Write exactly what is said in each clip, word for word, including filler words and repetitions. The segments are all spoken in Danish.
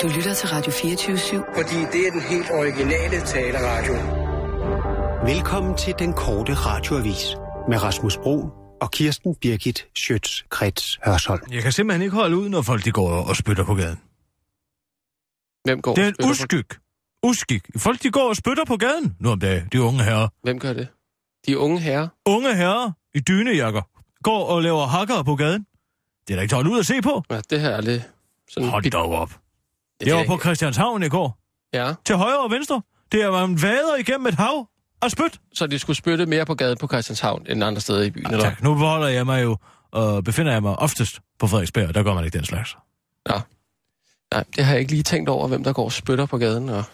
Du lytter til Radio fireogtyve syv. Fordi det er den helt originale taleradio. Velkommen til den korte radioavis med Rasmus Bro og Kirsten Birgit Schøtz-Krets Hørsholm. Jeg kan simpelthen ikke holde ud, når folk de går og spytter på gaden. Hvem går Det er en og uskik. På... Uskik. Folk de går og spytter på gaden nu om dagen, de unge herrer. Hvem gør det? De unge herrer? Unge herrer i dynejakker går og laver hakker på gaden. Det er da ikke taget ud at se på. Ja, det her er lidt sådan... Hold dog op. Det Jeg var er- på Christianshavn i går. Ja, Til højre og venstre. Det er man vader igennem et hav og spyt. så de skulle spytte mere på gaden på Christianshavn end andre steder i byen, Ja, eller? tak. Nu beholder jeg mig jo, og befinder jeg mig oftest på Frederiksberg, der gør man ikke den slags. Ja. Nej, det har jeg ikke lige tænkt over, hvem der går og spytter på gaden, og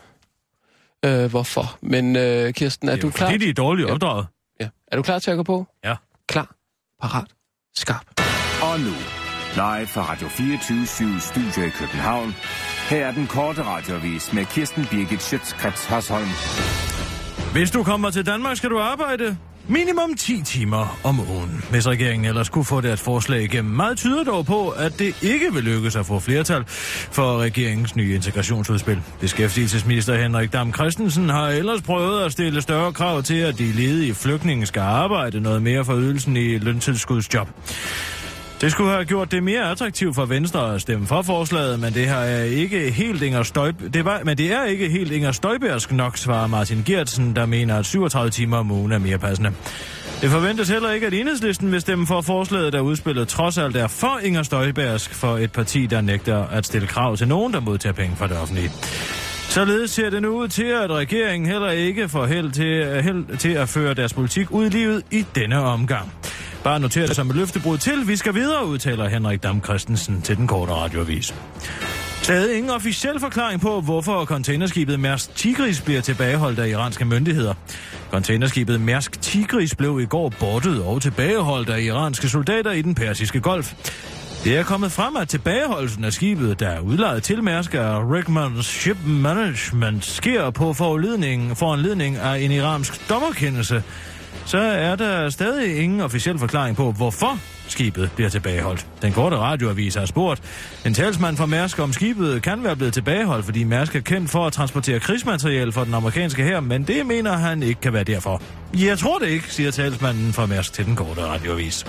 øh, hvorfor. Men øh, Kirsten, er Det er du jo klar? fordi, de er dårligt Ja. opdraget. Ja. Er du klar til at gå på? Ja. Klar, parat, skarp. Og nu, live fra Radio fireogtyve syv Studio i København. Her er den korte radioavis med Kirsten Birgit Schøtz-Krets Hørsholm. Hvis du kommer til Danmark, skal du arbejde minimum ti timer om ugen. Hvis regeringen ellers kunne få deres forslag igennem, meget tyder dog på, at det ikke vil lykkes at få flertal for regeringens nye integrationsudspil. Beskæftigelsesminister Henrik Dam Kristensen har ellers prøvet at stille større krav til, at de ledige flygtninge skal arbejde noget mere for ydelsen i løntilskudsjob. Det skulle have gjort det mere attraktivt for Venstre at stemme for forslaget, men det her er ikke helt Inger Støjb... det var... men det er ikke helt Inger Støjbergsk nok, svarer Martin Geertsen, der mener, at syvogtredive timer om ugen er mere passende. Det forventes heller ikke, at Enhedslisten vil stemme for forslaget, der udspillet trods alt er for Inger Støjbergsk for et parti, der nægter at stille krav til nogen, der modtager penge fra det offentlige. Således ser det nu ud til, at regeringen heller ikke får held til, held til at føre deres politik ud i livet i denne omgang. Bare noter det som et løftebrud til. Vi skal videre, udtaler Henrik Dam Kristensen til den korte radioavis. Stadig ingen officiel forklaring på, hvorfor containerskibet Mærsk Tigris bliver tilbageholdt af iranske myndigheder. Containerskibet Mærsk Tigris blev i går bortet og tilbageholdt af iranske soldater i den persiske golf. Det er kommet frem, at tilbageholdelsen af skibet, der er udlejet til Mærsk af Rickman Ship Management, sker på foranledning, foranledning af en iransk dommerkendelse. Så er der stadig ingen officiel forklaring på, hvorfor skibet bliver tilbageholdt. Den korte radioavis har spurgt en talsmand fra Mærsk, om skibet kan være blevet tilbageholdt, fordi Mærsk er kendt for at transportere krigsmateriel for den amerikanske hær, men det mener han ikke kan være derfor. Jeg tror det ikke, siger talsmanden fra Mærsk til den korte radioavis.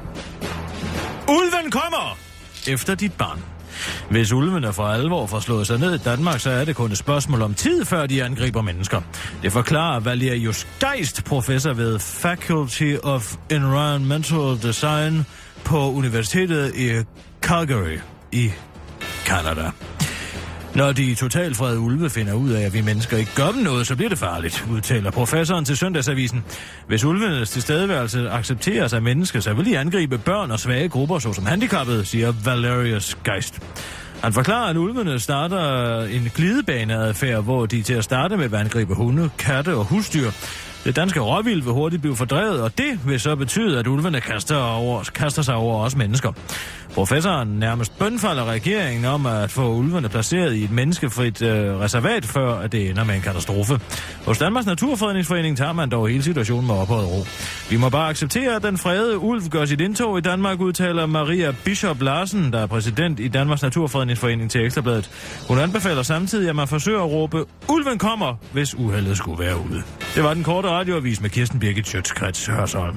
Ulven kommer efter dit barn. Hvis ulvene for alvor får slået sig ned i Danmark, så er det kun et spørgsmål om tid, før de angriber mennesker. Det forklarer Valerius Geist, professor ved Faculty of Environmental Design på Universitetet i Calgary i Canada. Når de totalfredede ulve finder ud af, at vi mennesker ikke gør dem noget, så bliver det farligt, udtaler professoren til Søndagsavisen. Hvis ulvenes tilstedeværelse accepteres af mennesker, så vil de angribe børn og svage grupper, såsom handicappede, siger Valerius Geist. Han forklarer, at ulvene starter en glidebaneadfærd, hvor de til at starte med vil angribe hunde, katte og husdyr. Det danske råvild vil hurtigt blive fordrevet, og det vil så betyde, at ulvene kaster, over, kaster sig over os mennesker. Professoren nærmest bønfalder regeringen om at få ulvene placeret i et menneskefrit øh, reservat, før at det ender med en katastrofe. Hos Danmarks Naturfredningsforening tager man dog hele situationen med ophøjet ro. Vi må bare acceptere, at den fredede ulv gør sit indtog i Danmark, udtaler Maria Bishop Larsen, der er præsident i Danmarks Naturfredningsforening til Ekstrabladet. Hun anbefaler samtidig, at man forsøger at råbe, ulven kommer, hvis uheldet skulle være ude. Det var den korte radioavis med Kirsten Birgit Schøtz-Krets Hørsholm.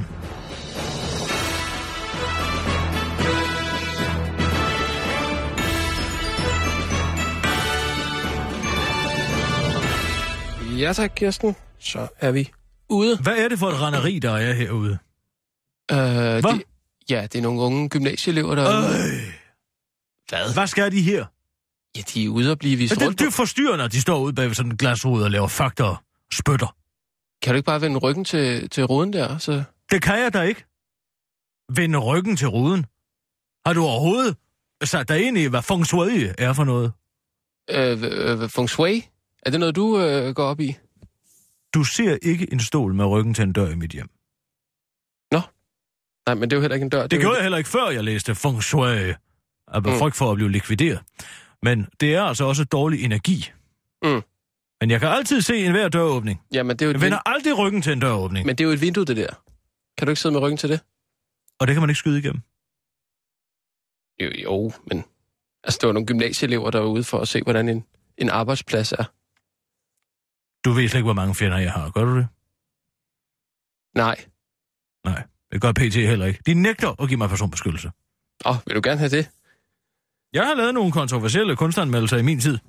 Ja tak, Kirsten. Så er vi ude. Hvad er det for et renneri, der er herude? Øh, Hvad? de, ja, det er nogle unge gymnasieelever, der er ude. Øh, Hvad? hvad skal de her? Ja, de er ude og blive vist Det, rundt det, på. det forstyrrer, når de står ude bag ved sådan en glasrude og laver fakter og spytter. Kan du ikke bare vende ryggen til, til ruden der? Så... Det kan jeg da ikke. Vende ryggen til ruden. Har du overhovedet sat dig ind i, hvad feng shui er for noget? Øh, øh, feng shui? Er det noget, du øh, går op i? Du ser ikke en stol med ryggen til en dør i mit hjem. Nå. Nej, men det er jo heller ikke en dør. Det, det det gjorde jo... jeg heller ikke, før jeg læste feng shui. Jeg var Mm. frygt for at blive likvideret. Men det er altså også dårlig energi. Mm. Men jeg kan altid se enhver døråbning. Jamen, det er jo et Jeg vender vin... aldrig ryggen til en døråbning. Men det er jo et vindue, det der. Kan du ikke sidde med ryggen til det? Og det kan man ikke skyde igennem. Jo, jo, men Altså, det var nogle gymnasieelever, der var ude for at se, hvordan en, en arbejdsplads er. Du ved slet ikke, hvor mange fjender jeg har. Gør du det? Nej. Nej, det gør P T heller ikke. De nægter at give mig personbeskyttelse. Åh, oh, vil du gerne have det? Jeg har lavet nogle kontroversielle kunstanmeldelser i min tid.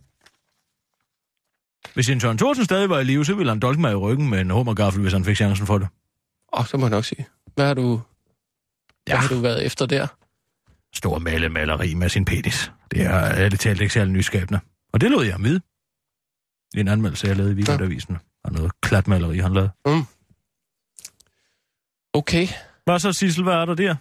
Hvis Jens Jørgen Thorsen stadig var i live, så ville han dolke mig i ryggen med en hummergaffel, hvis han fik chancen for det. Åh, oh, det må jeg nok sige. Hvad har du, ja. Hvad har du været efter der? Stor male maleri med sin penis. Det er ærligt talt ikke særlig nyskabende. Og det lod jeg ham vide. I en anmeldelse, jeg lavede i Weekendavisen. Ja. Og noget klatmaleri, han lavede. Mm. Okay. Hvad så, Sissel? Hvad er der der?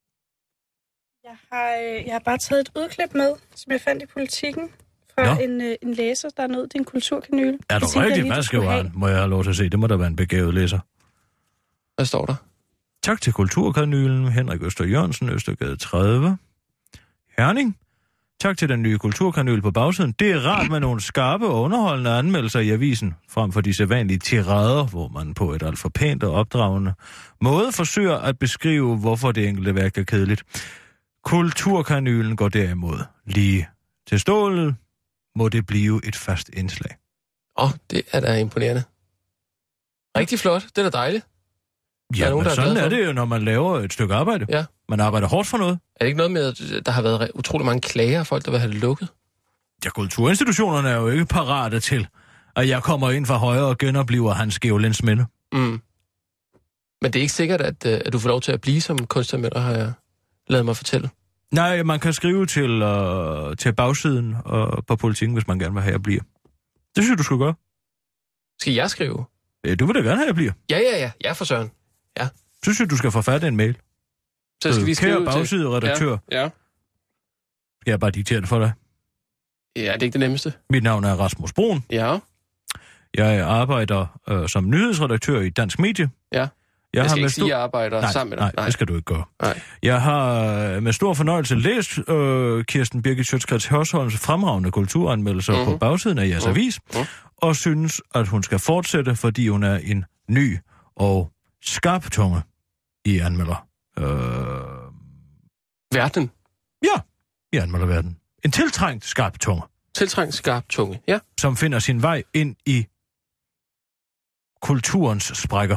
Jeg har, øh, jeg har bare taget et udklip med, som jeg fandt i Politikken, fra en, øh, en læser, der er nået til en kulturkanyle. Er du rigtig? Hvad skriver han? Må jeg have lov til at se? Det må da være en begavet læser. Hvad står der? Tak til Kulturkanylen, Henrik Øster Jørgensen, Østergade tredive. Herning. Tak til den nye Kulturkanyl på bagsiden. Det er rart med nogle skarpe og underholdende anmeldelser i avisen, frem for de sædvanlige tirader, hvor man på et alt for pænt og opdragende måde forsøger at beskrive, hvorfor det enkelte værk er kedeligt. Kulturkanylen går derimod lige til stålet. Må det blive et fast indslag. Åh, oh, det er da imponerende. Rigtig flot. Det er da dejligt. Ja, nogen, men sådan er det jo, når man laver et stykke arbejde. Ja. Man arbejder hårdt for noget. Er det ikke noget med, at der har været utrolig mange klager af folk, der vil have det lukket? Ja, kulturinstitutionerne er jo ikke parate til, at jeg kommer ind fra højre og genoplever hans Geolens minde. Mm. Men det er ikke sikkert, at, at du får lov til at blive som kunstanmelder, har jeg ladet mig fortælle. Nej, man kan skrive til, uh, til bagsiden uh, på Politikken, hvis man gerne vil have, at jeg bliver. Det synes jeg, du skal gøre. Skal jeg skrive? Ja, du vil da gerne have, at jeg bliver. Ja, ja, ja. Ja, for søren. Ja. Synes jeg, du skal forfatte en mail. Så skal vi skrive til... Kære bagside-redaktør. Ja. ja. Skal jeg bare diktere det for dig? Ja, det er ikke det nemmeste. Mit navn er Rasmus Broen. Ja. Jeg arbejder øh, som nyhedsredaktør i Dansk Medie. Ja. Jeg, jeg skal har ikke sige, at jeg arbejder nej, sammen med dig. Nej, nej, det skal du ikke gøre. Nej. Jeg har med stor fornøjelse læst øh, Kirsten Birgit Schiøtz Hørsholms fremragende kulturanmeldelser mm-hmm. på bagsiden af jeres mm-hmm. avis, mm-hmm. og synes, at hun skal fortsætte, fordi hun er en ny og skarp tunge i anmelder. Øh... Verden? Ja, i anmelderverden. En tiltrængt skarp tunge. Tiltrængt skarp tunge, ja. Som finder sin vej ind i kulturens sprækker.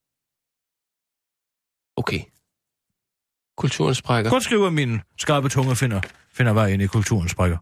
Okay. Kulturens sprækker. Godt skriver, at min skarpe tunge finder, finder vej ind i kulturens sprækker.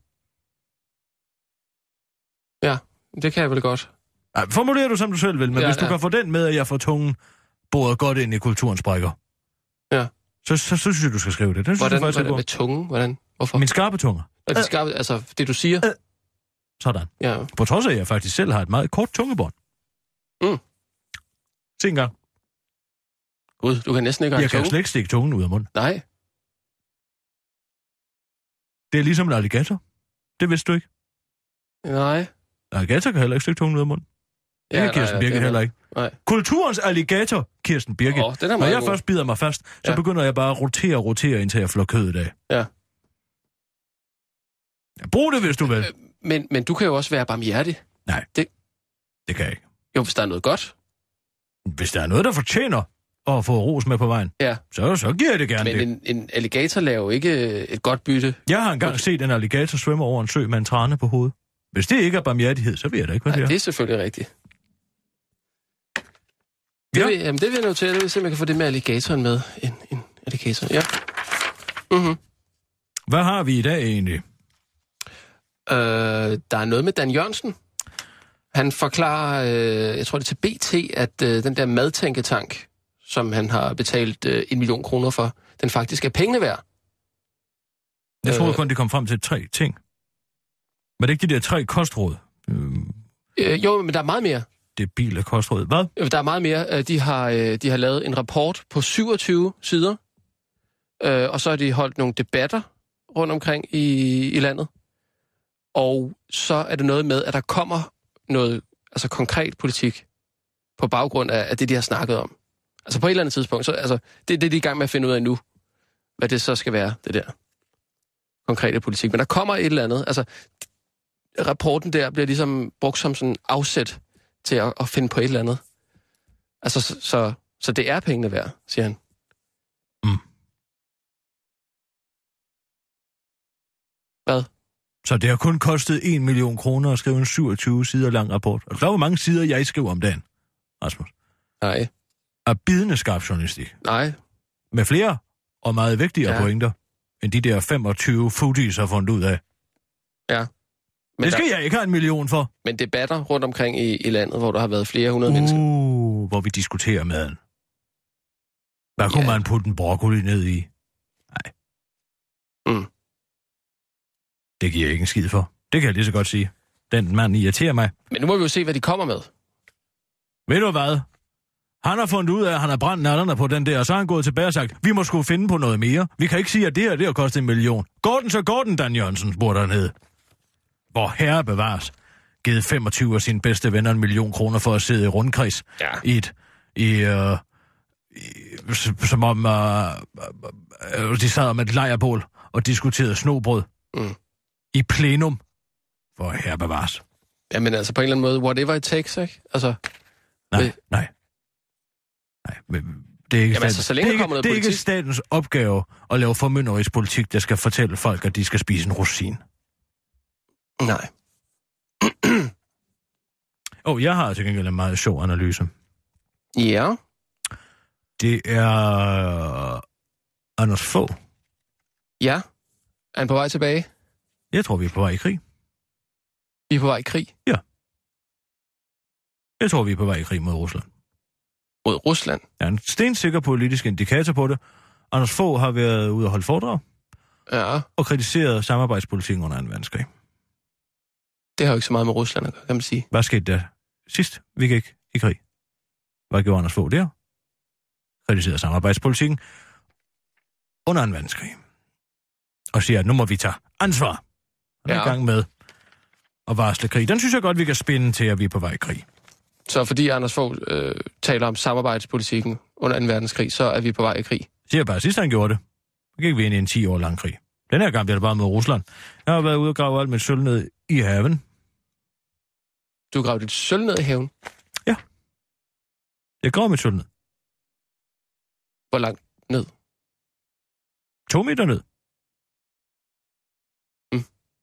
Ja, det kan jeg vel godt. Ja, formulerer du som du selv vil, men ja, hvis du ja. kan få den med, at jeg får tungen boret godt ind i kulturens sprækker, ja. så, så, så synes jeg, du skal skrive det. det hvordan synes, hvordan med tungen? Hvordan? Hvorfor? Min skarpe tunge. Er det skarpe, altså det du siger? Øh. Sådan. Ja. På trods af, at jeg faktisk selv har et meget kort tungebånd. Mm. Se en gang. Gud, du kan næsten ikke have Jeg kan tunge. Slet ikke stikke tungen ud af munden. Nej. Det er ligesom en alligator. Det vidste du ikke. Nej. Alligator kan heller ikke stikke tungen ud af munden. Det ja, kan Kirsten nej, Birgit heller ikke. Nej. Kulturens alligator, Kirsten Birgit. Oh, Når jeg god. først bider mig fast, så ja. begynder jeg bare at rotere og rotere, indtil jeg flår kødet af. Ja. Ja, brug det, hvis du vil. Men, men du kan jo også være barmhjertig. Nej, det, det kan jeg ikke. Jo, hvis der er noget godt. Hvis der er noget, der fortjener at få ros med på vejen, ja. så, så giver jeg det gerne. Men det. En, en alligator laver jo ikke et godt bytte. Jeg har engang set en alligator svømme over en sø med en trane på hovedet. Hvis det ikke er barmhjertighed, så ved jeg da ikke, hvad Nej, det er. Det er selvfølgelig rigtigt. Ja. Det, vil, jamen, det vil jeg notere. Jeg vil se, om jeg kan få det med alligatoren med. En, en alligator, ja. Mm-hmm. Hvad har vi i dag egentlig? Øh, der er noget med Dan Jørgensen. Han forklarer, øh, jeg tror det er til B T, at øh, den der madtænketank, som han har betalt øh, en million kroner for, den faktisk er pengene værd. Jeg troede øh, kun, det kom frem til tre ting. Var det ikke de der tre kostråd? Øh, jo, men der er meget mere. Det bil af kostråd. Hvad? Der er meget mere. De har, de har lavet en rapport på syvogtyve sider, øh, og så har de holdt nogle debatter rundt omkring i, i landet. Og så er det noget med, at der kommer noget altså konkret politik på baggrund af, af det, de har snakket om. Altså på et eller andet tidspunkt. Så, altså, det, det er de i gang med at finde ud af nu, hvad det så skal være, det der konkrete politik. Men der kommer et eller andet. Altså, rapporten der bliver ligesom brugt som sådan afsæt til at, at finde på et eller andet. Altså, så, så, så det er pengene værd, siger han. Mm. Hvad? Så det har kun kostet en million kroner at skrive en syvogtyve sider lang rapport. Og der var mange sider, jeg skriver om dagen, Rasmus. Nej. Af bidende skarp journalistik. Nej. Med flere og meget vigtigere ja. pointer, end de der femogtyve foodies har fundet ud af. Ja. Men det skal der... jeg ikke have en million for. Men debatter rundt omkring i, i landet, hvor der har været flere hundrede uh, mennesker. Hvor vi diskuterer maden. Hvad kunne ja. man putte en broccoli ned i? Nej. Mm. Det giver jeg ikke en skid for. Det kan jeg lige så godt sige. Den mand irriterer mig. Men nu må vi jo se, hvad de kommer med. Ved du hvad? Han har fundet ud af, at han har brændt nallerne på den der, og så har han gået tilbage og sagt, vi må sgu finde på noget mere. Vi kan ikke sige, at det her, det har kostet en million. Går den, så går den, Dan Jørgensen, spurgte han hed. Hvor herre bevares. Givet femogtyve af sine bedste venner en million kroner for at sidde i rundkreds. Ja. I et... I, uh, i, som om uh, uh, de sad om et lejrbål og diskuterede snobrød. Mm. I plenum. Hvor herre bevares. Jamen altså på en eller anden måde, whatever it takes, ikke? Altså... Nej, ved... nej. Nej, men det er ikke, Jamen, altså, så længe det er ikke, noget det er politik... ikke statens opgave at lave formynderisk politik, der skal fortælle folk, at de skal spise en rosin. Nej. Åh, oh, jeg har til gengæld en meget sjov analyse. Ja. Det er Anders Fogh. Ja. Er han på vej tilbage? Jeg tror, vi er på vej i krig. Vi er på vej i krig? Ja. Jeg tror, vi er på vej i krig mod Rusland. Mod Rusland? Jeg er en stensikker politisk indikator på det. Anders Fogh har været ude og holde foredrag. Ja. Og kritiseret samarbejdspolitikken under anden verdenskrig. Det har jo ikke så meget med Rusland at gøre, kan man sige. Hvad skete der sidst? Vi gik i krig. Hvad gjorde Anders Fogh der? Kritiseret samarbejdspolitikken under anden verdenskrig. Og siger, at nu må vi tage ansvar. Og ja. i gang med at varsle krig. Den synes jeg godt, vi kan spænde til, at vi er på vej i krig. Så fordi Anders Fogh øh, taler om samarbejdspolitikken under anden verdenskrig, så er vi på vej i krig? Siger jeg bare, sidst han gjorde det. Så gik vi ind i en ti år lang krig. Den her gang bliver det bare med Rusland. Jeg har været ude og grave alt mit sølv ned i haven. Du har gravet dit sølv ned i haven? Ja. Jeg graver mit sølv ned. Hvor langt ned? To meter ned. Mm.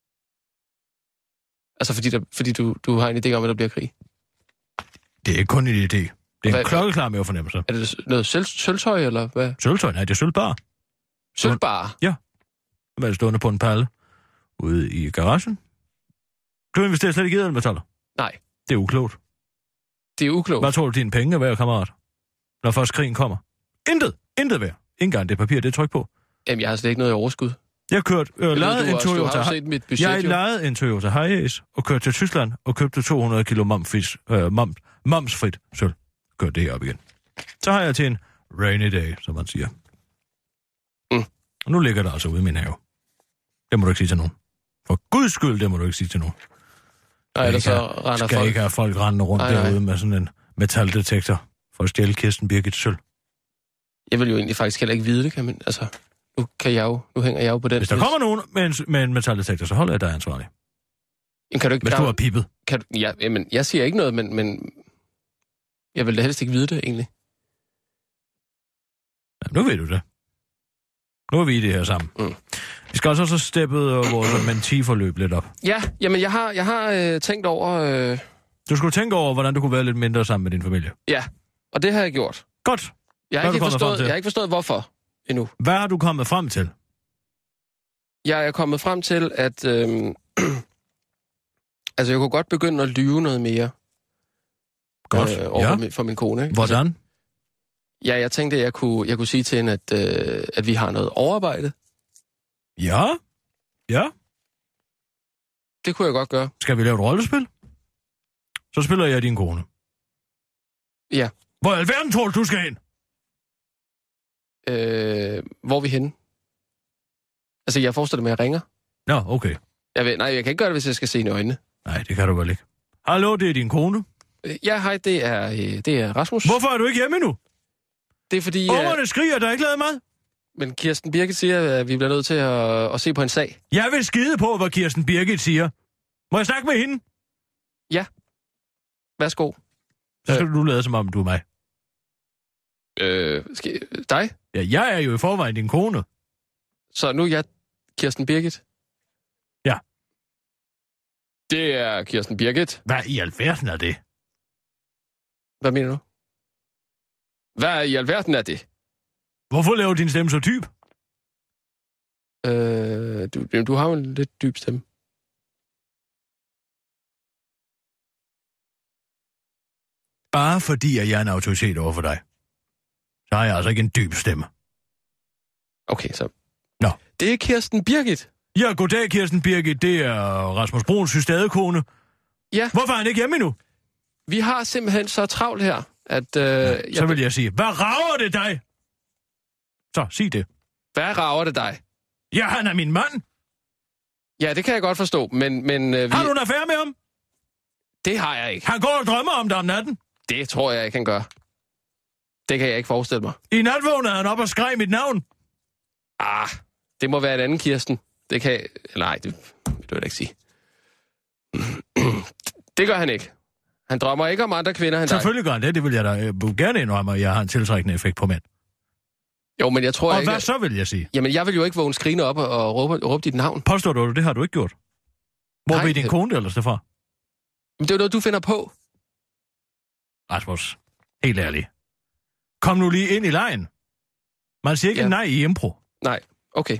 Altså fordi, der, fordi du, du har en idé om, at der bliver krig? Det er ikke kun en idé. Det er hvad, en klokkeklar med fornemmelse. Er det noget sølv, sølvtøj, eller hvad? Sølvtøj? Nej, det er sølvbar. Sølvbar? Ja. Man er stående på en palle ude i garagen. Du investerer slet ikke i ædelmetaller? Nej. Det er uklogt. Det er uklogt? Hvad tror du, dine penge er værd, kammerat? Når først krigen kommer? Intet. Intet værd. Ikke engang det papir, det er tryk på. Jamen, jeg har slet ikke noget i overskud. Jeg har kørt, øh, lejede en også, Toyota. Budget, jeg lejede en Toyota Hiace og kørte til Tyskland og købte to hundrede kilo momfis, øh, moms, momsfrit sølv. Kørte det her op igen. Så har jeg til en rainy day, som man siger. Mm. Og nu ligger der altså ude i min have. Det må du ikke sige til nogen. For guds skyld, det må du ikke sige til nogen. Nej, ellers så render skal folk... ikke have folk rendende rundt nej, nej. derude med sådan en metaldetektor for at stjæle Kirsten Birgit sølv. Jeg vil jo egentlig faktisk heller ikke vide det, kan man... Altså, nu, kan jeg jo, nu hænger jeg jo på den... Hvis der kommer nogen med en, med en metaldetektor, så holder jeg dig ansvarlig. Men kan du ikke... Hvis du har pippet. Kan du, ja, jamen, jeg siger ikke noget, men, men... Jeg vil da helst ikke vide det, egentlig. Ja, nu ved du det. Nu er vi i det her sammen. Mm. Vi skal også have steppet vores mentiforløb lidt op. Ja, jamen jeg har, jeg har øh, tænkt over... Øh... Du skulle tænke over, hvordan du kunne være lidt mindre sammen med din familie. Ja, og det har jeg gjort. Godt. Jeg har, ikke forstået, jeg har ikke forstået, hvorfor endnu. Hvad har du kommet frem til? Jeg er kommet frem til, at... Øh... altså, jeg kunne godt begynde at lyve noget mere. Godt, øh, over ja. min, for min kone. Ikke? Hvordan? Altså, ja, jeg tænkte, at jeg kunne, jeg kunne sige til hende, at, øh, at vi har noget overarbejde. Ja, ja. Det kunne jeg godt gøre. Skal vi lave et rollespil? Så spiller jeg din kone. Ja. Hvor i alverden tror du, du skal hen? Øh, hvor er vi henne? Altså, jeg forestiller mig, at jeg ringer. Nå, okay. Jeg ved, nej, jeg kan ikke gøre det, hvis jeg skal se hende i øjnene. Nej, det kan du vel ikke. Hallo, det er din kone? Ja, hej, det er, det er Rasmus. Hvorfor er du ikke hjemme endnu? Det er fordi... Ungerne uh... skriger, der er ikke lavet mad. Men Kirsten Birgit siger, at vi bliver nødt til at, at se på en sag. Jeg vil skide på, hvad Kirsten Birgit siger. Må jeg snakke med hende? Ja. Værsgo. Så skal øh... du lade som om, du er mig. Øh, skal... dig? Ja, jeg er jo i forvejen din kone. Så nu er jeg Kirsten Birgit? Det er Kirsten Birgit. Hvad i alverden er det? Hvad mener du? Hvad i alverden er det? Hvorfor laver din stemme så dyb? Øh, du, du har jo en lidt dyb stemme. Bare fordi, at jeg er en autoritet over for dig, så har jeg altså ikke en dyb stemme. Okay, så... Nå. Det er Kirsten Birgit. Ja, goddag, Kirsten Birgit. Det er Rasmus Bruns hystadekone. Ja. Hvorfor er han ikke hjemme endnu? Vi har simpelthen så travlt her, at... Øh, ja, jeg... Så vil jeg sige, hvad rager det dig? Så, sig det. Hvad rager det dig? Ja, han er min mand. Ja, det kan jeg godt forstå, men... men øh, vi... Har du en affære med ham? Det har jeg ikke. Han går og drømmer om dig om natten. Det tror jeg ikke, han gør. Det kan jeg ikke forestille mig. I nat vågnede han op og skreg mit navn. Ah, det må være en anden Kirsten. Det kan jeg... Nej, det vil du ikke sige. Det gør han ikke. Han drømmer ikke om andre kvinder end dig. Selvfølgelig gør han det. Det vil jeg da uh, gerne indrømme, at jeg har en tiltrækkende effekt på mænd. Jo, men jeg tror og ikke... Og hvad så vil jeg sige? Jamen, jeg vil jo ikke vågne skrine op og råbe, råbe dit navn. Påstår du det? Det har du ikke gjort. Hvor Nej, ved din kone det ellers derfra? Men det er jo noget, du finder på. Rasmus, helt ærligt. Kom nu lige ind i lejen. Man siger ikke ja. nej i impro. Nej, okay.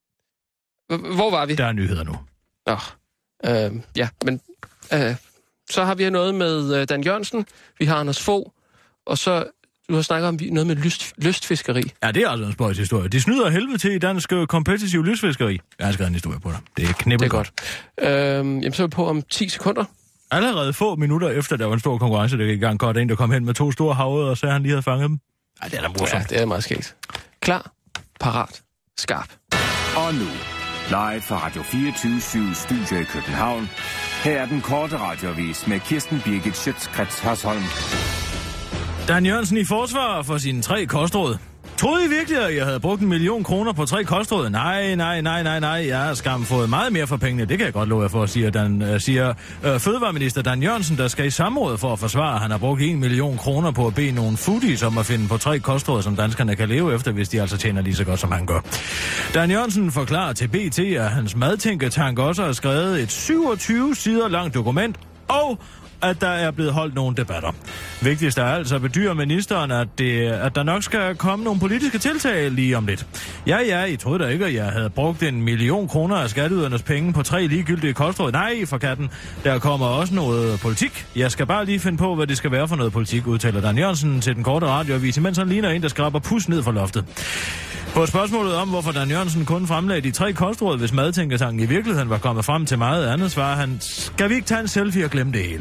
Hvor var vi? Der er nyheder nu. Nå, øh, ja, men øh, så har vi noget med øh, Dan Jørgensen, vi har Anders Fogh, og så, du har snakket om noget med lyst, lystfiskeri. Ja, det er altså en spøjs historie. De snyder helvede til i dansk kompetitiv lystfiskeri. Jeg har skrevet en historie på dig. Det er knippet. Det er godt. Øh, jamen, så er vi på om ti sekunder. Allerede få minutter efter, der var en stor konkurrence, der gik i gang, godt en, der kom hen med to store havre, og så han lige havde fanget dem. Ej, det er da morsomt. Ja, det er meget skægt. Klar, parat, skarp. Og nu, live fra Radio fireogtyve syv Studio i København. Her er den korte radioavis med Kirsten Birgit Schøtz-Krets Hørsholm. Dan Jørgensen i forsvar for sine tre kostråd. Troede I virkelig, at jeg havde brugt en million kroner på tre kostråd? Nej, nej, nej, nej, nej. Jeg har skam fået meget mere for pengene. Det kan jeg godt love jer for, siger, Dan, uh, siger uh, fødevareminister Dan Jørgensen, der skal i samråd for at forsvare, at han har brugt en million kroner på at bede nogle foodies om at finde på tre kostråd, som danskerne kan leve efter, hvis de altså tjener lige så godt, som han gør. Dan Jørgensen forklarer til B T, at hans madtænketank også har skrevet et syvogtyve sider langt dokument, og at der er blevet holdt nogle debatter. Vigtigst er altså bedyrer ministeren, at, det, at der nok skal komme nogle politiske tiltag lige om lidt. Ja, ja, I troede da ikke, at jeg havde brugt en million kroner af skatteydernes penge på tre ligegyldige kostråd. Nej, for katten. Der kommer også noget politik. Jeg skal bare lige finde på, hvad det skal være for noget politik, udtaler Dan Jørgensen til den korte radioavis, imens han ligner en, der skraber pus ned fra loftet. På spørgsmålet om, hvorfor Dan Jørgensen kun fremlagde de tre kostråd, hvis madtænketanken i virkeligheden var kommet frem til meget andet, svarer han, skal vi ikke tage en selfie og glemme det hele?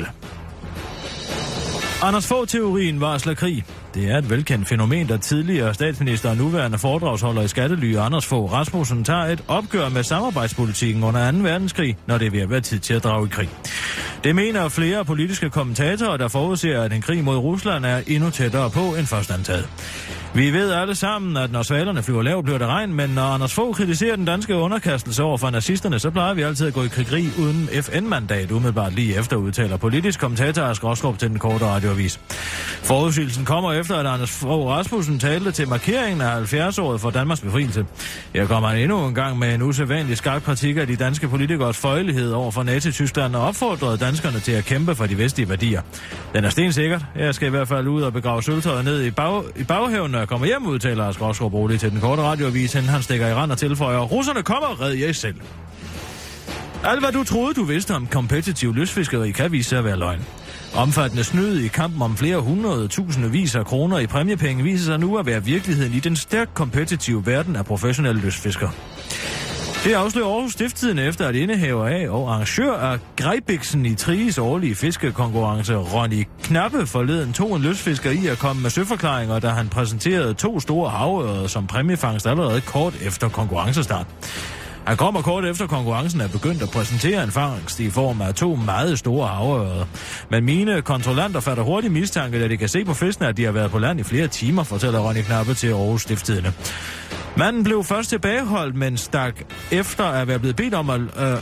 Anders Fogh-teorien varsler krig. Det er et velkendt fænomen, der tidligere statsminister og nuværende foredragsholder i skattely Anders Fogh Rasmussen tager et opgør med samarbejdspolitikken under anden verdenskrig, når det er ved at være tid til at drage i krig. Det mener flere politiske kommentatorer, der forudser, at en krig mod Rusland er endnu tættere på end først antaget. Vi ved alle sammen, at når svalerne flyver lavt, bliver det regn, men når Anders Fogh kritiserer den danske underkastelse over for nazisterne, så plejer vi altid at gå i krigeri uden F N-mandat umiddelbart lige efter, udtaler politisk kommentator Ask Rostrup til den korte radioavis. Forudsigelsen kommer efter, at Anders Fogh Rasmussen talte til markeringen af halvfjerds-året for Danmarks befrielse. Her kommer han endnu en gang med en usædvanlig skarp kritik af de danske politikers føjelighed over for Nazi-Tyskland og opfordrede danskerne til at kæmpe for de vestlige værdier. Den er stensikkert. Jeg skal i hvert fald ud og begrave sølvtøjet ned i, bag, i baghaven, når jeg kommer hjem, udtaler Ask Rostrup roligt til den korte radioavis, inden han stikker i rand og tilføjer, russerne kommer og redder jer selv. Alt hvad du troede, du vidste om kompetitiv lystfiskeri, kan vise sig at være løgn. Omfattende snyd i kampen om flere hundrede tusindevis af kroner i præmiepenge viser sig nu at være virkeligheden i den stærkt kompetitive verden af professionelle lystfiskere. Det afslører Aarhus Stiftstidende efter, at indehaver af og arrangør af Greibiksen i Tries årlige fiskekonkurrence, Ronny Knappe, forleden tog en lystfisker i at komme med søforklaringer, da han præsenterede to store havørreder som præmiefangst allerede kort efter konkurrencestart. Han kommer kort efter konkurrencen er begyndt at præsentere en fangst i form af to meget store havørreder. Men mine kontrollanter fatter hurtigt mistanke, da de kan se på fiskene, at de har været på land i flere timer, fortæller Ronny Knappe til Aarhus Stiftstidende. Manden blev først tilbageholdt, men stak efter at være blevet bedt om at... Øh,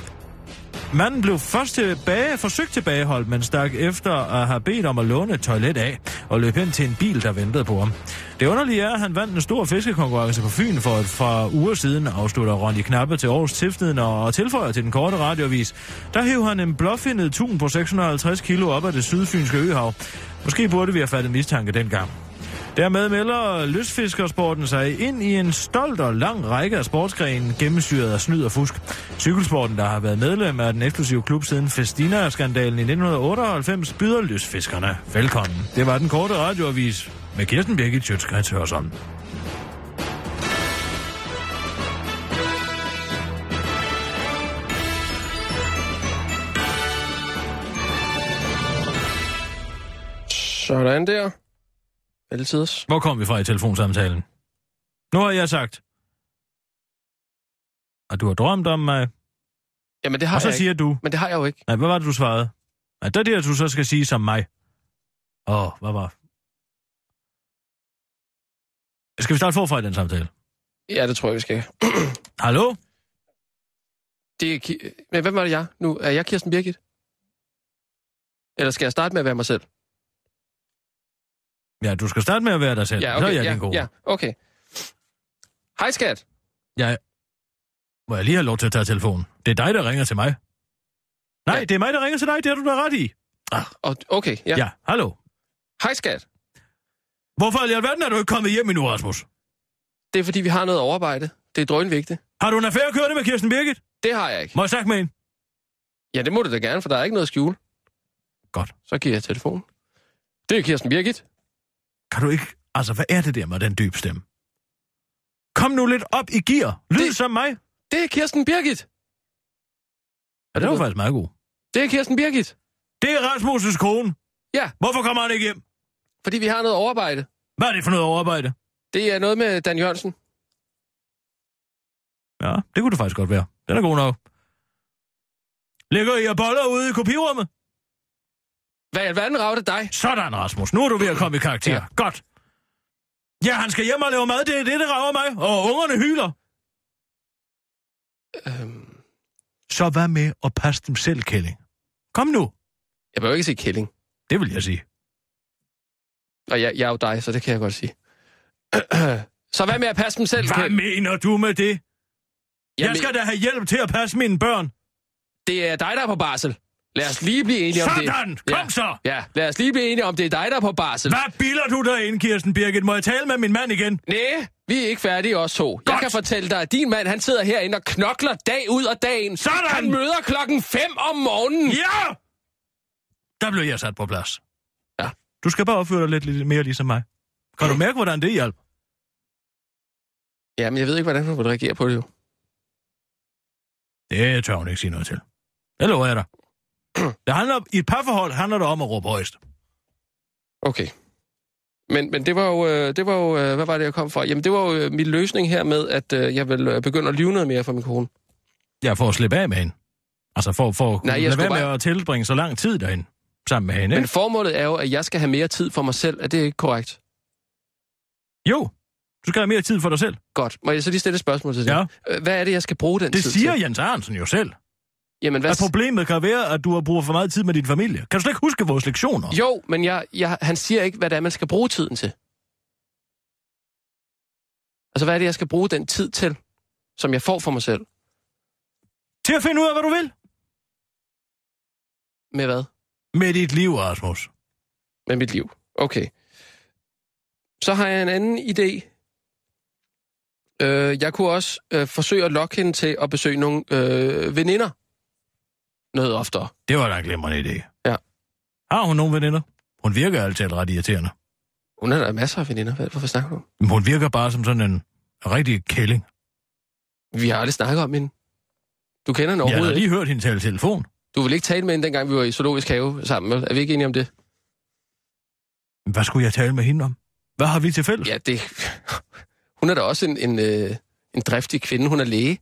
Manden blev først tilbage, forsøgt tilbageholdt, men stak efter at have bedt om at låne et toilet af. og løb hen til en bil, der ventede på ham. Det underlige er, at han vandt en stor fiskekonkurrence på Fyn for et par uger siden, afslutter Ronny Knappe til Aarhus Stiftstidende og tilføjer til den korte radioavis. Der hæv han en blåfindet tun på seks hundrede og halvtreds kilo op af det sydfynske øhav. Måske burde vi have fattet mistanke dengang. Dermed melder lystfiskersporten sig ind i en stolt og lang række af sportsgrenen gennemsyret af snyd og fusk. Cykelsporten, der har været medlem af den eksklusive klub siden Festina-skandalen i nitten otteoghalvfems, byder lystfiskerne velkommen. Det var den korte radioavis med Kirsten Birgit Schøtz-Krets Hørsholm. Sådan der. Altid. Hvor kom vi fra i telefonsamtalen? Nu har jeg sagt, at du har drømt om mig. Jamen det har og så jeg siger ikke. du... Men det har jeg jo ikke. Nej, hvad var det, du svarede? Nej, det er det, du så skal sige som mig. Åh, hvad var... Skal vi starte forfra i den samtale? Ja, det tror jeg, vi skal. Hallo? Det er... Ki- Men hvem var det jeg? Nu er jeg Kirsten Birgit? Eller skal jeg starte med at være mig selv? Ja, du skal starte med at være dig selv. Ja, okay, så er jeg ja, din gode. ja, okay. Hej, skat. Ja, må jeg lige have lov til at tage telefonen? Det er dig, der ringer til mig. Nej, ja. Det er mig, der ringer til dig. Det har du da ret i. Ah. Okay, ja. Ja, hallo. Hej, skat. Hvorfor i alverden er du ikke kommet hjem endnu, Rasmus? Det er, fordi vi har noget overarbejde. Det er drønvigtigt. Har du en affære kørende med Kirsten Birgit? Det har jeg ikke. Må jeg snakke med hende? Ja, det må du da gerne, for der er ikke noget at skjule. Godt. Så giver jeg telefonen. Det er Kirsten Birgit. Kan du ikke... Altså, hvad er det der med den dybe stemme? Kom nu lidt op i gear. Lyd det... som mig. Det er Kirsten Birgit. Ja, det var faktisk meget god. Det er Kirsten Birgit. Det er Rasmus' kone. Ja. Hvorfor kommer han ikke hjem? Fordi vi har noget overarbejde. Hvad er det for noget overarbejde? Det er noget med Dan Jørgensen. Ja, det kunne det faktisk godt være. Den er god nok. Ligger I og boller ude i kopirummet? Hvad i alverden rager det dig? Sådan, Rasmus. Nu er du ved at komme i karakter. Ja. Godt. Ja, han skal hjem og lave mad. Det er det, der rager mig. Og ungerne hyler. Øhm... Så hvad med at passe dem selv, Kælling? Kom nu. Jeg vil jo ikke sige Kælling. Det vil jeg sige. Og jeg, jeg er jo dig, så det kan jeg godt sige. Så hvad med at passe dem selv? Hvad Kæ- mener du med det? Jeg, jeg skal men... da have hjælp til at passe mine børn. Det er dig, der er på barsel. Lad os lige blive enige om det. Sådan! Kom ja. så! Ja, lad os lige blive enige om, det er dig, der er på barsel. Hvad bilder du derinde, Kirsten Birgit? Må jeg tale med min mand igen? Næh, vi er ikke færdige os to. Godt. Jeg kan fortælle dig, at din mand, han sidder herinde og knokler dag ud og dag ind. Sådan! Han møder klokken fem om morgenen. Ja! Der blev jeg sat på plads. Ja. Du skal bare opføre dig lidt, lidt mere ligesom mig. Kan du mærke, hvordan det hjælper? Ja, men jeg ved ikke, hvordan du vil reagere på det jo. Det tør hun ikke sige noget til. Det lover jeg dig. Det handler, I et parforhold handler det om at råbe højst. Okay. Men, men det var jo, det var jo, hvad var det, jeg kom fra? Jamen, det var jo min løsning her med, at jeg vil begynde at lyve noget mere for min kone. Ja, for at slippe af med hende. Altså for, for at Nej, lade være bare... med at tilbringe så lang tid derinde sammen med hende, ikke? Men formålet er jo, at jeg skal have mere tid for mig selv. Er det ikke korrekt? Jo, du skal have mere tid for dig selv. Godt. Må jeg så lige stille et spørgsmål til det? Ja. Hvad er det, jeg skal bruge den det tid til? Det siger Jens Arnsen jo selv. Jamen, hvad... At problemet kan være, at du har brug for meget tid med din familie. Kan du slet ikke huske vores lektioner? Jo, men jeg, jeg, han siger ikke, hvad det er, man skal bruge tiden til. Altså, hvad er det, jeg skal bruge den tid til, som jeg får for mig selv? Til at finde ud af, hvad du vil. Med hvad? Med dit liv, Rasmus. Med mit liv. Okay. Så har jeg en anden idé. Øh, jeg kunne også øh, forsøge at lokke hende til at besøge nogle øh, veninder. Noget oftere. Det var da en glimrende idé. Ja. Har hun nogle veninder? Hun virker altid ret irriterende. Hun har da masser af veninder. Hvorfor snakker du om? Hun virker bare som sådan en rigtig kælling. Vi har aldrig snakket om hende. Du kender hende overhovedet. Jeg har lige hørt hende tale telefon. Du ville ikke tale med hende, dengang vi var i zoologisk have sammen, vel? Er vi ikke enige om det? Hvad skulle jeg tale med hende om? Hvad har vi til fælles? Ja, det... Hun er da også en, en, øh, en driftig kvinde. Hun er læge.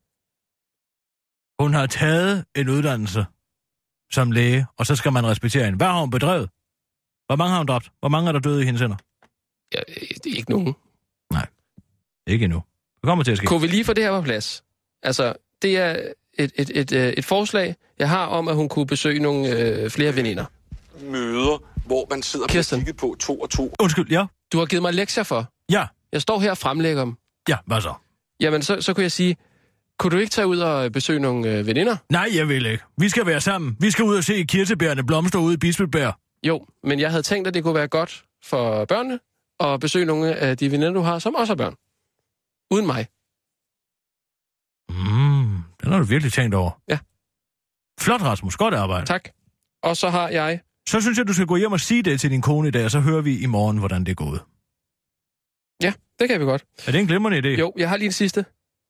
Hun har taget en uddannelse som læge, og så skal man respektere hende. Hvad har hun bedrevet? Hvor mange har hun dræbt? Hvor mange er der døde i hendes hænder? Ja, det er ikke nogen. Nej, ikke endnu. Det kommer til at ske. Kunne vi lige få det her på plads? Altså, det er et, et, et, et, et forslag, jeg har om, at hun kunne besøge nogle øh, flere veninder. Møder hvor man sidder Kirsten. og kigget på to og to. Undskyld, ja? Du har givet mig lektier for. Ja. Jeg står her og fremlægger dem. Ja, hvad så? Jamen, så, så kunne jeg sige, kunne du ikke tage ud og besøge nogle øh, veninder? Nej, jeg vil ikke. Vi skal være sammen. Vi skal ud og se kirsebærne blomster ude i Bispebjerg. Jo, men jeg havde tænkt, at det kunne være godt for børnene at besøge nogle af de veninder, du har, som også har børn. Uden mig. Mm, den har du virkelig tænkt over. Ja. Flot, Rasmus. Godt arbejde. Tak. Og så har jeg... Så synes jeg, du skal gå hjem og sige det til din kone i dag, og så hører vi i morgen, hvordan det er gået. Ja, det kan vi godt. Er det en glimrende idé? Jo, jeg har lige det sidste.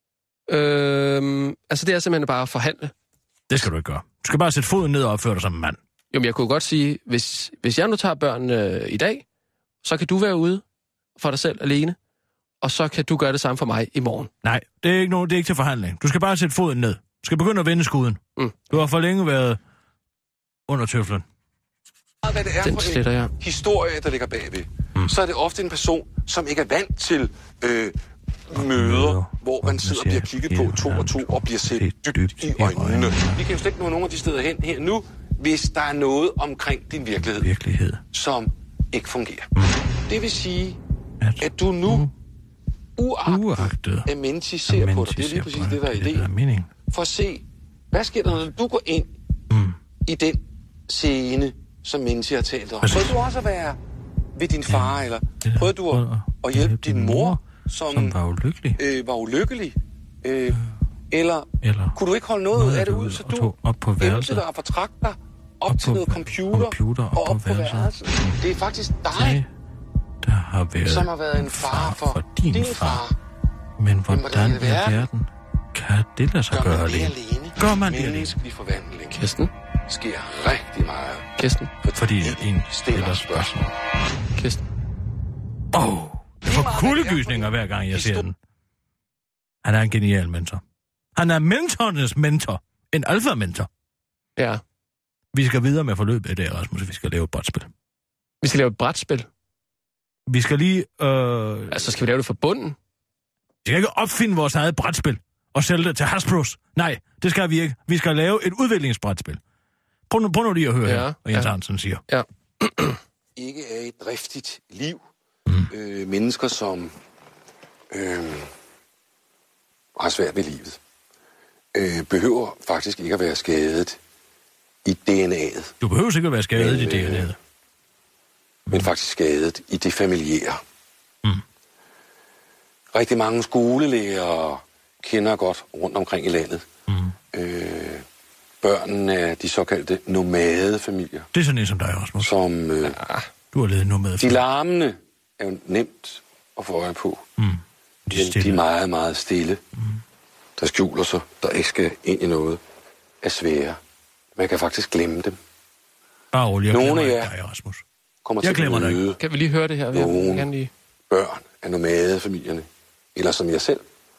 Øhm, altså, det er simpelthen bare at forhandle. Det skal du ikke gøre. Du skal bare sætte foden ned og opføre dig som en mand. Jo, men jeg kunne godt sige, hvis, hvis jeg nu tager børnene øh, i dag, så kan du være ude for dig selv alene, og så kan du gøre det samme for mig i morgen. Nej, det er ikke, nogen, det er ikke til forhandling. Du skal bare sætte foden ned. Du skal begynde at vende skuden. Mm. Du har for længe været under tøflen. Hvad det er Den for sletter jeg. en historie, der ligger bagved, mm. så er det ofte en person, som ikke er vant til øh, møder, hvor man sidder og bliver kigget på to og to og bliver set dybt i øjnene. Vi kan jo slet ikke nå nogen af de steder hen her nu, hvis der er noget omkring din virkelighed, virkelighed. som ikke fungerer. Mm. Det vil sige, at, at du nu, uagtet, uagtet at Menti ser på dig, det er lige præcis det, der er ideen, for at se, hvad sker der, når du går ind mm. i den scene, som Menti har talt om. Prøver du også at være ved din far, ja, eller prøver du at, at hjælpe din mor, som, som var ulykkelig, øh, var ulykkelig øh, eller, eller kunne du ikke holde noget, noget af det ud, så du op på værelset dig og fortrække dig op, op til noget computer, computer op og op på, på værelset. Det er faktisk dig, der har været som har været en far for, for din, din far. far. Men hvordan, hvordan i verden kan det lade sig gør gøre det alene? alene? Gør man det alene? Menneskelig forvandling. Kirsten? Sker rigtig meget. Kirsten? Fordi en stiller spørgsmål. Kirsten? Åh, oh, jeg får kuldegysninger hver gang jeg ser den. Han er en genial mentor. Han er mentorens mentor. En alfa-mentor. Ja. Vi skal videre med forløbet i dag, Rasmus. Vi skal lave et brætspil. Vi skal lave et brætspil? Vi skal lige... Øh... Altså, skal vi lave det fra bunden? Vi skal ikke opfinde vores eget brætspil og sælge det til Hasbros. Nej, det skal vi ikke. Vi skal lave et udviklingsbrætspil. Prøv nu, prøv nu lige at høre ja, her, hvad Jens ja. Hansen siger. Ja. Ikke er et driftigt liv. Mm. Øh, mennesker, som øh, har svært ved livet, øh, behøver faktisk ikke at være skadet i D N A'et. Du behøver ikke at være skadet men, i D N A'et. Men faktisk skadet i det familiære. Mm. Rigtig mange skolelærere kender godt rundt omkring i landet. Mm. Øh, børnene er de såkaldte nomadefamilier. Det er sådan en som dig, Rasmus. Som, øh, ja, du har levet nomadefamilier. De larmende er jo nemt at få øje på. Mm. De, de er meget, meget stille. Mm. Der skjuler sig, der ikke skal ind i noget, er svære. Man kan faktisk glemme dem. Bare rolig, jeg Nogle glemmer af dig, Rasmus. Kommer jeg til glemmer at møde dig. Kan vi lige høre det her? Nogle gerne lige... børn af nomadefamilierne. Eller som jeg selv.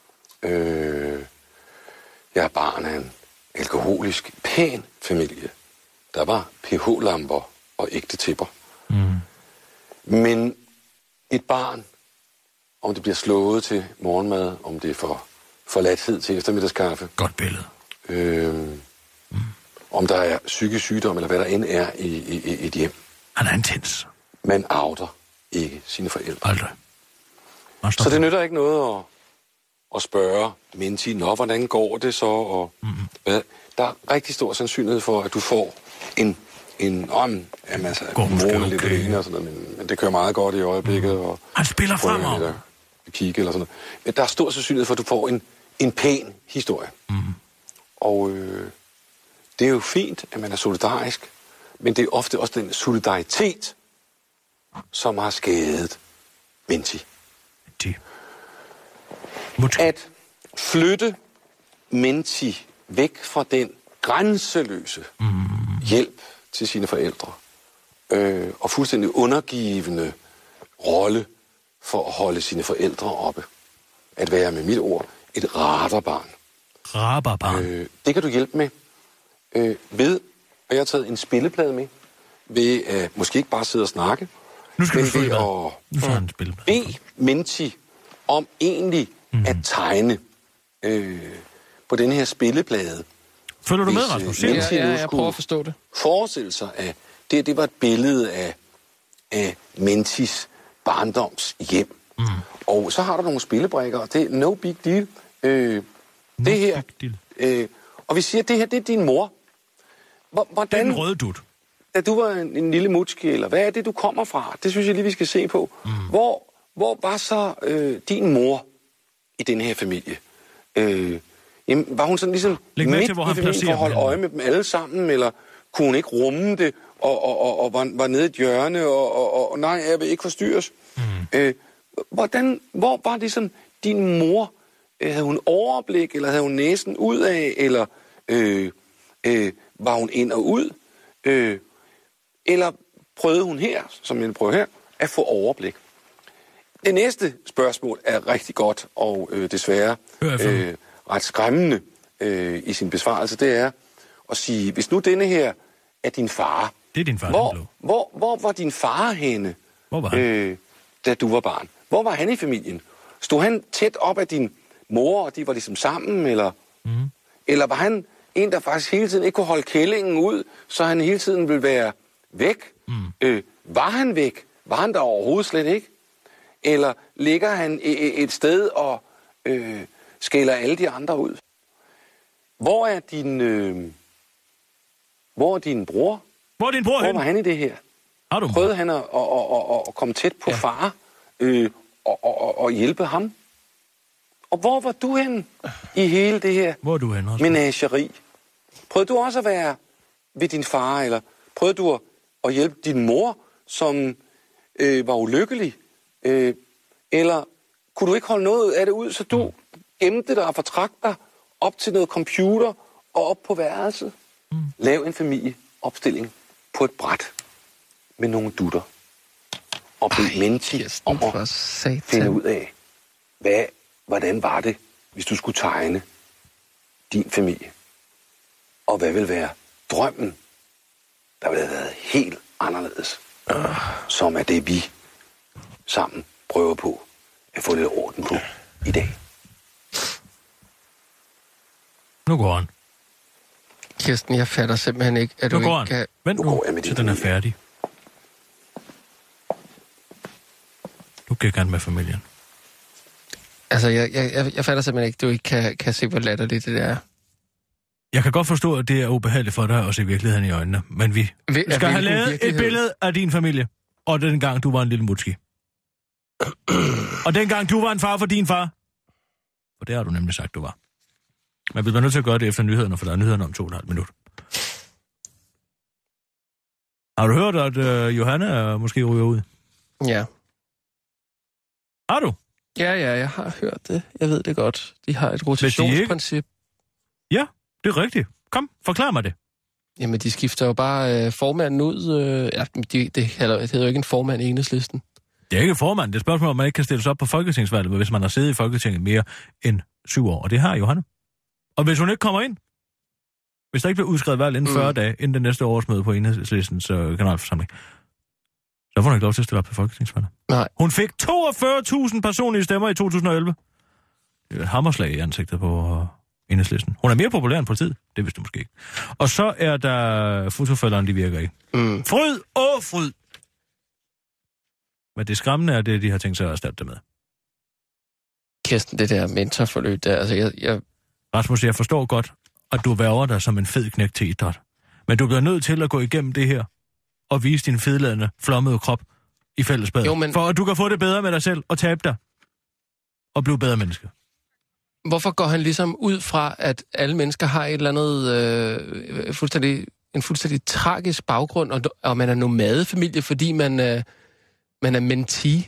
Øh, jeg er barn af en alkoholisk, pæn familie. Der var pH-lamper og ægte tæpper. Mm. Men et barn, om det bliver slået til morgenmad, om det er for forladthed til eftermiddagskaffe. Godt billede. Øh, mm. Om der er psykisk sygdom, eller hvad der end er i, i, i et hjem. Han er intens. Man outer ikke sine forældre. Aldrig. Så det nytter ikke noget at, at spørge Menti, nå, hvordan går det så? Og, mm. hvad? Der er rigtig stor sandsynlighed for, at du får en, en om, jamen altså, mor lidt alene og sådan noget, men, men det kører meget godt i øjeblikket. Mm. Og han spiller fremover. Kigge eller sådan noget. Men der er stor sandsynlighed for, at du får en, en pæn historie. Mm. Og øh, det er jo fint, at man er solidarisk, men det er ofte også den solidaritet, som har skadet Menti. At flytte Menti væk fra den grænseløse mm. hjælp til sine forældre, øh, og fuldstændig undergivende rolle for at holde sine forældre oppe. At være med mit ord et radarbarn. Radarbarn? Øh, det kan du hjælpe med øh, ved, at jeg har taget en spilleplade med, ved at uh, måske ikke bare sidde og snakke, nu skal men du ved at uh, bede Menti om egentlig mm. at tegne øh, på den her spilleplade. Følger du med, Rasmus? Ja, ja, jeg prøver at forstå det. Forestille sig, at det, det var et billede af af Mentis barndoms hjem. Mm. Og så har du nogle spillebrikker, og det er no big deal. Øh, no det her, deal. Øh, og vi siger, at det her, det er din mor. Hvordan, det er den røde dut. Da du var en, en lille mutski, eller hvad er det, du kommer fra? Det synes jeg lige, vi skal se på. Mm. Hvor, hvor var så øh, din mor i den her familie? Øh, jamen, var hun sådan ligesom Læg midt til, hvor i familien for at holde øje med dem alle sammen, eller kunne hun ikke rumme det, og, og, og, og var, var nede i et hjørne, og, og, og nej, jeg vil ikke forstyrres? Mm. Øh, hvordan, hvor var det sådan, din mor, øh, havde hun overblik, eller havde hun næsen ud af, eller øh, øh, var hun ind og ud? Øh, eller prøvede hun her, som jeg prøver her, at få overblik? Det næste spørgsmål er rigtig godt, og øh, desværre øh, ret skræmmende øh, i sin besvarelse, det er at sige, hvis nu denne her er din far. Det er din far, hvor, hvor, hvor var din far henne, hvor var han? Øh, da du var barn? Hvor var han i familien? Stod han tæt op af din mor, og de var ligesom sammen, eller, mm. eller var han en, der faktisk hele tiden ikke kunne holde kællingen ud, så han hele tiden ville være væk? Mm. Øh, var han væk? Var han der overhovedet slet ikke? Eller ligger han et sted og øh, skælder alle de andre ud? Hvor er din, øh, hvor er din bror? Hvor er din bror Hvor hen? var han i det her? Har du Prøvede han at, at, at, at, at komme tæt på ja. far øh, og, og, og hjælpe ham? Og hvor var du hen i hele det her hvor er du hen også? menageri? Prøvede du også at være ved din far, eller prøvede du at, at hjælpe din mor, som øh, var ulykkelig? Øh, eller kunne du ikke holde noget af det ud, så du gemte dig og fortrakte dig op til noget computer og op på værelset? Mm. Lav en familieopstilling på et bræt med nogle dutter. Og bed Menti om at finde ud af, hvad, hvordan var det, hvis du skulle tegne din familie? Og hvad vil være drømmen, der ville have været helt anderledes, uh. som er det, vi sammen prøver på at få lidt orden på i dag. Nu går han. Kirsten, jeg fatter simpelthen ikke, at nu du går ikke han. kan... Vent nu, nu til den er færdig. Nu gik han med familien. Altså, jeg, jeg, jeg fatter simpelthen ikke, at du ikke kan, kan se, hvor latterligt det er. Jeg kan godt forstå, at det er ubehageligt for dig at se virkeligheden i øjnene, men vi Vil, skal have lavet et billede af din familie, og dengang du var en lille mutski. Og dengang du var en far for din far. For det har du nemlig sagt, du var. Men vi bliver nødt til at gøre det efter nyhederne, for der er nyhederne om to og et halvt minut. Har du hørt, at øh, Johanne måske ryger ud? Ja. Har du? Ja, ja, jeg har hørt det. Jeg ved det godt. De har et rotationsprincip. Ja, det er rigtigt. Kom, forklar mig det. Jamen, de skifter jo bare øh, formanden ud. Øh, ja, de, det, hedder, det hedder jo ikke en formand i Enhedslisten. Det er ikke formand. Det er et spørgsmål, om man ikke kan stille sig op på folketingsvalget, hvis man har siddet i Folketinget mere end syv år. Og det har Johanne. Og hvis hun ikke kommer ind, hvis der ikke bliver udskrevet valg inden mm. fyrre dage, inden det næste årsmøde på Enhedslistens øh, kanalforsamling, så får hun ikke lov til at stille op på folketingsvalget. Nej. Hun fik toogfyrre tusind personlige stemmer i to tusind og elleve. Det er et hammerslag i ansigtet på øh, Enhedslisten. Hun er mere populær end partiet. Det vidste du måske ikke. Og så er der fotofælderen, de virker ikke. Mm. Fryd! Åh, fryd! Men det skræmmende er det, de har tænkt sig at erstatte det med. Kirsten, det der mentorforløb der, altså jeg... jeg... Rasmus, jeg forstår godt, at du værger dig som en fed knægt til idræt. Men du bliver nødt til at gå igennem det her og vise din fedladende, flommede krop i fællesbadet. Jo, men... For at du kan få det bedre med dig selv og tabe dig. Og blive bedre menneske. Hvorfor går han ligesom ud fra, at alle mennesker har et eller andet øh, fuldstændig, en fuldstændig tragisk baggrund, og, og man er nomadefamilie, fordi man, øh, man er mentee?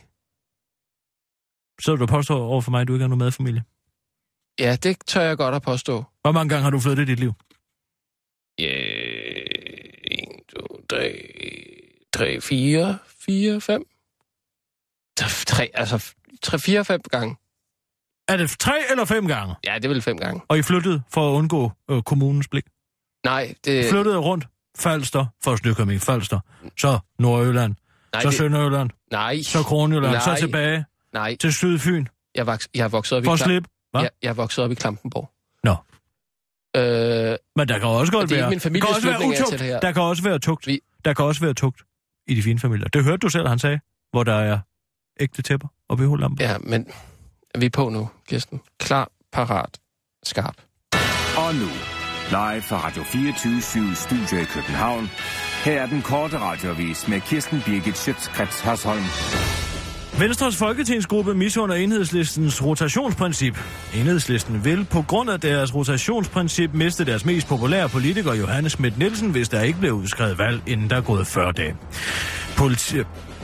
Så du påstår over for mig, at du ikke er nomadefamilie? Ja, det tør jeg godt at påstå. Hvor mange gange har du flyttet i dit liv? Ja, en, to, tre, tre, fire, fire, fem. Tre, altså tre, fire, fem gange. Er det tre eller fem gange? Ja, det er vel fem gange. Og I flyttede for at undgå øh, kommunens blik? Nej, det... I flyttede rundt. Falster, først Nykøbing, Falster, så Nordjylland, nej, så det... Sønderjylland, nej, så Kronjylland, nej, så tilbage nej. til Sydfyn. Jeg, vok... jeg er vokset op for i... For slip? Jeg, jeg er vokset op i Klampenborg. Nå. Øh... Men der kan også godt det er være... ikke min familieslutning, der kan også være utugt. Der kan også være tugt. Vi... Der kan også være tugt i de fine familier. Det hørte du selv, han sagde, hvor der er ægte tæpper og B H-lamper. Ja, men er vi på nu, Kirsten? Klar, parat, skarp. Og nu, live fra Radio fireogtyve syv Studio i København. Her er den korte radioavis med Kirsten Birgit Schøtz-Krets Hørsholm. Venstres folketingsgruppe misunder Enhedslistens rotationsprincip. Enhedslisten vil på grund af deres rotationsprincip miste deres mest populære politiker, Johannes Schmidt-Nielsen, hvis der ikke bliver udskrevet valg, inden der er gået fyrre dage. Politi-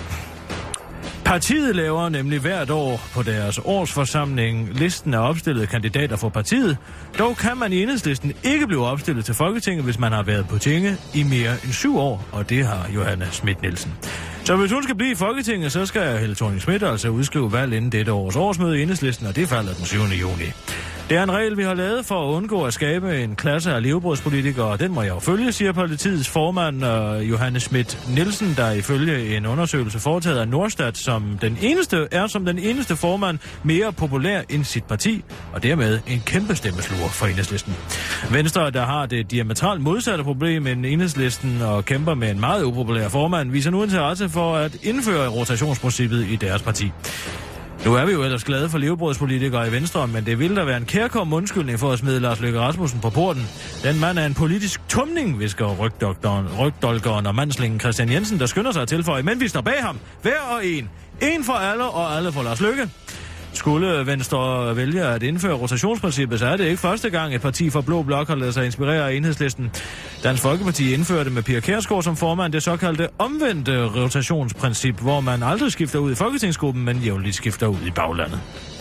Partiet laver nemlig hvert år på deres årsforsamling listen af opstillede kandidater for partiet. Dog kan man i Enhedslisten ikke blive opstillet til Folketinget, hvis man har været på tinge i mere end syv år, og det har Johannes Schmidt-Nielsen. Så hvis hun skal blive i Folketinget, så skal Helle Thorning-Schmidt altså udskrive valg inden dette års årsmøde i Enhedslisten, og det falder den syvende juni. Det er en regel, vi har lavet for at undgå at skabe en klasse af levebrødspolitikere, og den må jeg jo følge, siger partiets formand uh, Johannes Schmidt-Nielsen, der ifølge en undersøgelse foretaget af Norstat som den eneste, er som den eneste formand mere populær end sit parti, og dermed en kæmpe stemmeslur for Enhedslisten. Venstre, der har det diametralt modsatte problem end Enhedslisten og kæmper med en meget upopulær formand, viser nu interesse for at indføre rotationsprincippet i deres parti. Nu er vi jo ellers glade for levebrødspolitikere i Venstre, men det ville da være en kærkommen undskyldning for at smide Lars Løkke Rasmussen på porten. Den mand er en politisk tumning, visker rygdolkeren og mandslingen Christian Jensen, der skynder sig at tilføje, men vi står bag ham. Hver og en. En for alle og alle for Lars Løkke. Skulle Venstre vælge at indføre rotationsprincippet, så er det ikke første gang, et parti fra Blå Blok har ladet sig inspirere af Enhedslisten. Dansk Folkeparti indførte med Pia Kjærsgaard som formand det såkaldte omvendte rotationsprincip, hvor man aldrig skifter ud i Folketingsgruppen, men jævnligt skifter ud i baglandet.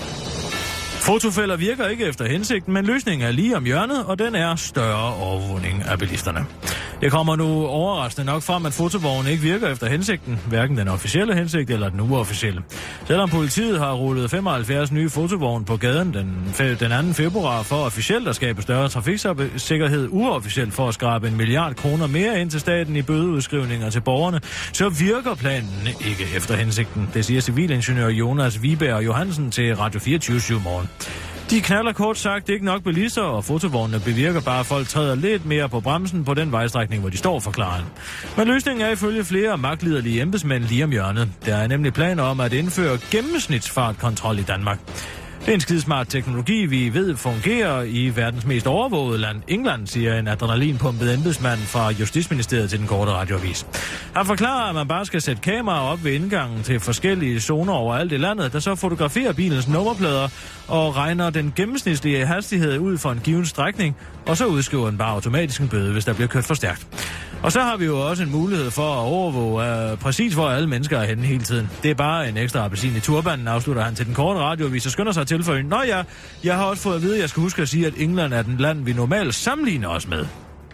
Fotofælder virker ikke efter hensigten, men løsningen er lige om hjørnet, og den er større overvågning af bilisterne. Det kommer nu overraskende nok frem, at fotovognen ikke virker efter hensigten, hverken den officielle hensigt eller den uofficielle. Selvom politiet har rullet femoghalvfjerds nye fotovogne på gaden den, den anden februar for officielt at skabe større trafiksikkerhed, uofficielt for at skrabe en milliard kroner mere ind til staten i bødeudskrivninger til borgerne, så virker planen ikke efter hensigten. Det siger civilingeniør Jonas Viberg Johansen til Radio fireogtyve syv morgen. De knalder kort sagt ikke nok bilister, og fotovognene bevirker bare, at folk træder lidt mere på bremsen på den vejstrækning, hvor de står, forklarer han. Men løsningen er ifølge flere magtliderlige embedsmænd lige om hjørnet. Der er nemlig planer om at indføre gennemsnitsfartkontrol i Danmark. Det er en skidesmart teknologi, vi ved fungerer i verdens mest overvågede land, England, siger en adrenalinpumpet embedsmand fra Justitsministeriet til den korte radioavis. Han forklarer, at man bare skal sætte kameraer op ved indgangen til forskellige zoner overalt i landet, der så fotograferer bilens nummerplader og regner den gennemsnitlige hastighed ud for en given strækning, og så udskriver den bare automatisk en bøde, hvis der bliver kørt for stærkt. Og så har vi jo også en mulighed for at overvåge uh, præcis, hvor alle mennesker er henne hele tiden. Det er bare en ekstra appelsin i turbanen, afslutter han til den korte radioavis og skynder sig til for en. Nå ja, jeg har også fået at vide, at jeg skal huske at sige, at England er den land, vi normalt sammenligner os med.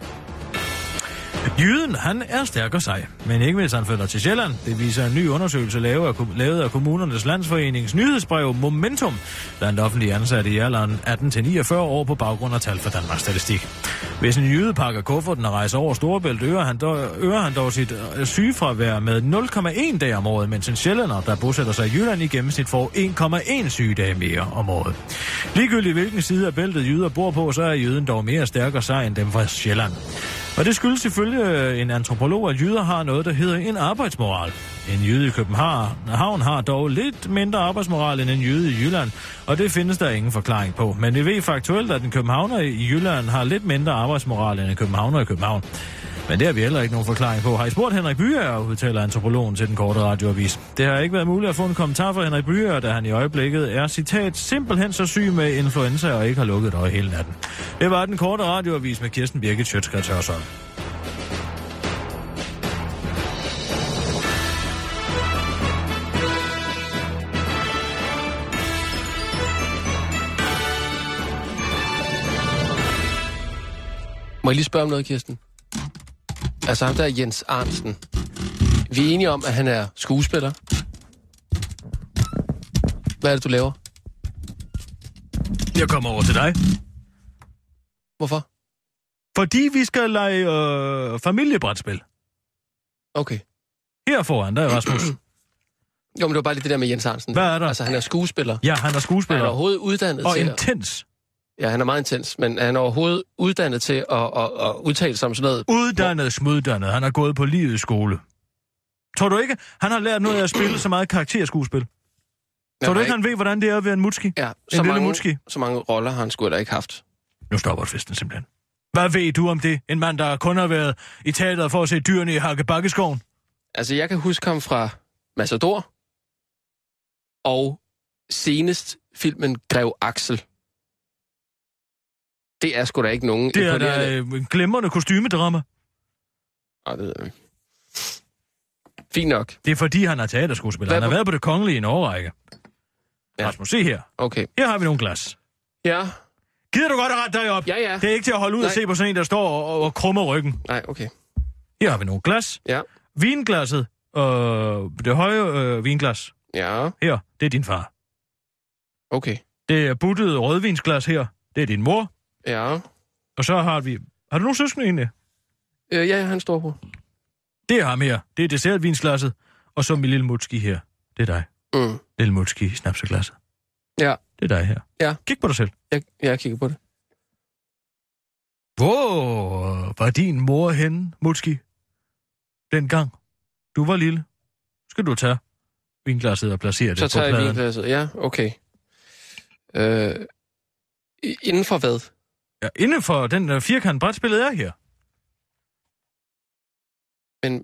Jyden, han er stærk og sej, men ikke hvis han flytter til Sjælland. Det viser en ny undersøgelse lavet af Kommunernes Landsforenings nyhedsbrev Momentum, blandt offentlige ansatte i alderen atten til niogfyrre år på baggrund af tal fra Danmarks Statistik. Hvis en jyde pakker kufferten og rejser over Storebælt, øger han dog, øger han dog sit sygefravær med nul komma en dage om året, mens en sjællander, der bosætter sig i Jylland, i gennemsnit får en komma en sygedage mere om året. Ligegyldigt hvilken side af bæltet jyder bor på, så er jyden dog mere stærk og sej end dem fra Sjælland. Og det skyldes selvfølgelig en antropolog, at jyder har noget, der hedder en arbejdsmoral. En jyde i København har dog lidt mindre arbejdsmoral end en jyde i Jylland, og det findes der ingen forklaring på. Men vi ved faktuelt, at en københavner i Jylland har lidt mindre arbejdsmoral end en københavner i København. Men det har vi heller ikke nogen forklaring på. Har I spurgt Henrik Byer, udtaler antropologen til den korte radioavis. Det har ikke været muligt at få en kommentar fra Henrik Byer, da han i øjeblikket er, citat, simpelthen så syg med influenza og ikke har lukket øje hele natten. Det var den korte radioavis med Kirsten Birgit Schøtz-Krets Hørsholm. Må jeg lige spørge om noget, Kirsten? Altså ham der er Jens Arntzen. Vi er enige om, at han er skuespiller. Hvad er det, du laver? Jeg kommer over til dig. Hvorfor? Fordi vi skal lege øh, familiebrætspil. Okay. Her foran dig, Rasmus. Jo, men det var bare lige det der med Jens Arntzen. Hvad er der? Altså, han er skuespiller. Ja, han er skuespiller. Han er overhovedet uddannet og til... Og intens. Ja, han er meget intens, men han er overhovedet uddannet til at, at, at udtale sig om sådan noget... Uddannet, smuddannet. Han har gået på livets skole. Tror du ikke, han har lært noget af at spille så meget karakterskuespil? Tror du ikke, han ved, hvordan det er at være en mutski? Ja, så mange, mutski? så mange roller har han sgu da ikke haft. Nu stopper festen simpelthen. Hvad ved du om det? En mand, der kun har været i teateret for at se dyrene i Hakkebakkeskoven? Altså, jeg kan huske ham fra Matador og senest filmen Grev Axel. Det er sgu da ikke nogen... Det er da en glimrende kostymedrama. Nej, det ved jeg ikke. Fint nok. Det er fordi, han har teaterskuespiller. Han har været på Det Kongelige i en årrække. Ja. Rasmus, se her. Okay. Her har vi nogle glas. Ja. Gider du godt at rette dig op? Ja, ja. Det er ikke til at holde ud Nej. og se på sådan en, der står og, og krummer ryggen. Nej, okay. Her har vi nogle glas. Ja. Vinglasset. Øh, det høje øh, vinglas. Ja. Her, det er din far. Okay. Det er buttet rødvinsglas her. Det er din mor. Ja. Og så har vi... Har du nogen søskende egentlig? Øh, ja, han står på. Det er ham her. Det er dessertvinsglasset. Og så min lille mutski her. Det er dig. Mm. Lille mutski i snapseglasset. Ja. Det er dig her. Ja. Kig på dig selv. Jeg, jeg kigger på det. Hvor var din mor henne, mutski? Dengang du var lille. Skal du tage vinglasset og placere det så på pladen? Så tager jeg vinglasset, ja, okay. Øh, inden for hvad? Ja, inden for den uh, firkant brætspillet er her. Men...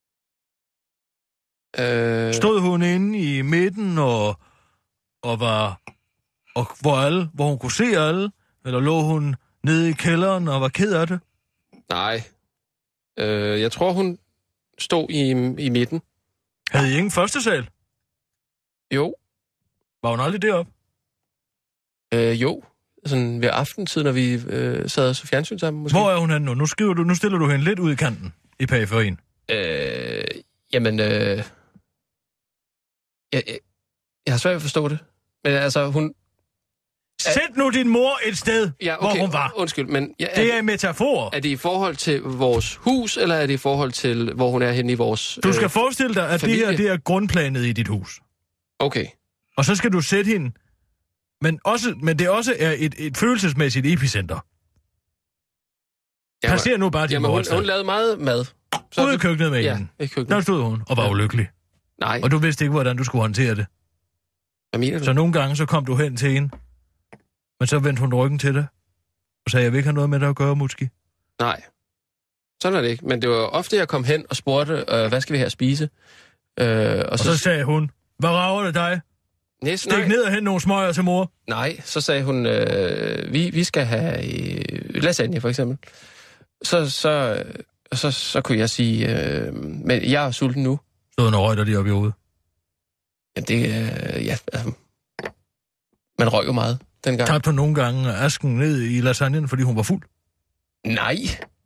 Øh... Stod hun inde i midten og, og var... Og hvor alle, hvor hun kunne se alle? Eller lå hun nede i kælderen og var ked af det? Nej. Øh, jeg tror, hun stod i, i midten. Havde I ingen første sal? Jo. Var hun aldrig deroppe? Øh, jo. Sådan ved aftentid, når vi øh, sad og så fjernsyn sammen, måske. Hvor er hun henne nu? Nu, skriver du, nu stiller du hende lidt ud i kanten i periferien. Øh, jamen, øh... Jeg, jeg, jeg har svært ved at forstå det. Men altså, hun... Sæt nu din mor et sted, ja, okay, hvor hun var. Undskyld, men... Ja, det er en metafor. Er det i forhold til vores hus, eller er det i forhold til, hvor hun er henne i vores Du skal øh, forestille dig, at familie? Det her det er grundplanet i dit hus. Okay. Og så skal du sætte hende... Men, også, men det også er et, et følelsesmæssigt epicenter. Jamen, Passer nu bare din jamen, mor. Hun, hun lavede meget mad. Så Ude i køkkenet med ja, hende. i køkkenet. Der stod hun og var ja. ulykkelig. Nej. Og du vidste ikke, hvordan du skulle håndtere det. Hvad mener du? Så nogle gange så kom du hen til hende. Men så vendte hun ryggen til dig. Og sagde, jeg vil ikke have noget med dig at gøre, Mutski. Nej. Sådan er det ikke. Men det var ofte, jeg kom hen og spurgte, øh, hvad skal vi her spise? Øh, og, og så, så sagde hun, hvad rager det dig? Næs, Stik nej. ned og hente nogle smøger til mor. Nej, så sagde hun, øh, vi, vi skal have øh, lasagne for eksempel. Så, så, så, så kunne jeg sige, øh, men jeg er sulten nu. Stod hun og røg dig lige op i hovedet? Jamen det, øh, ja, altså, man røg jo meget dengang. Tabte hun nogle gange asken ned i lasagnen, fordi hun var fuld? Nej.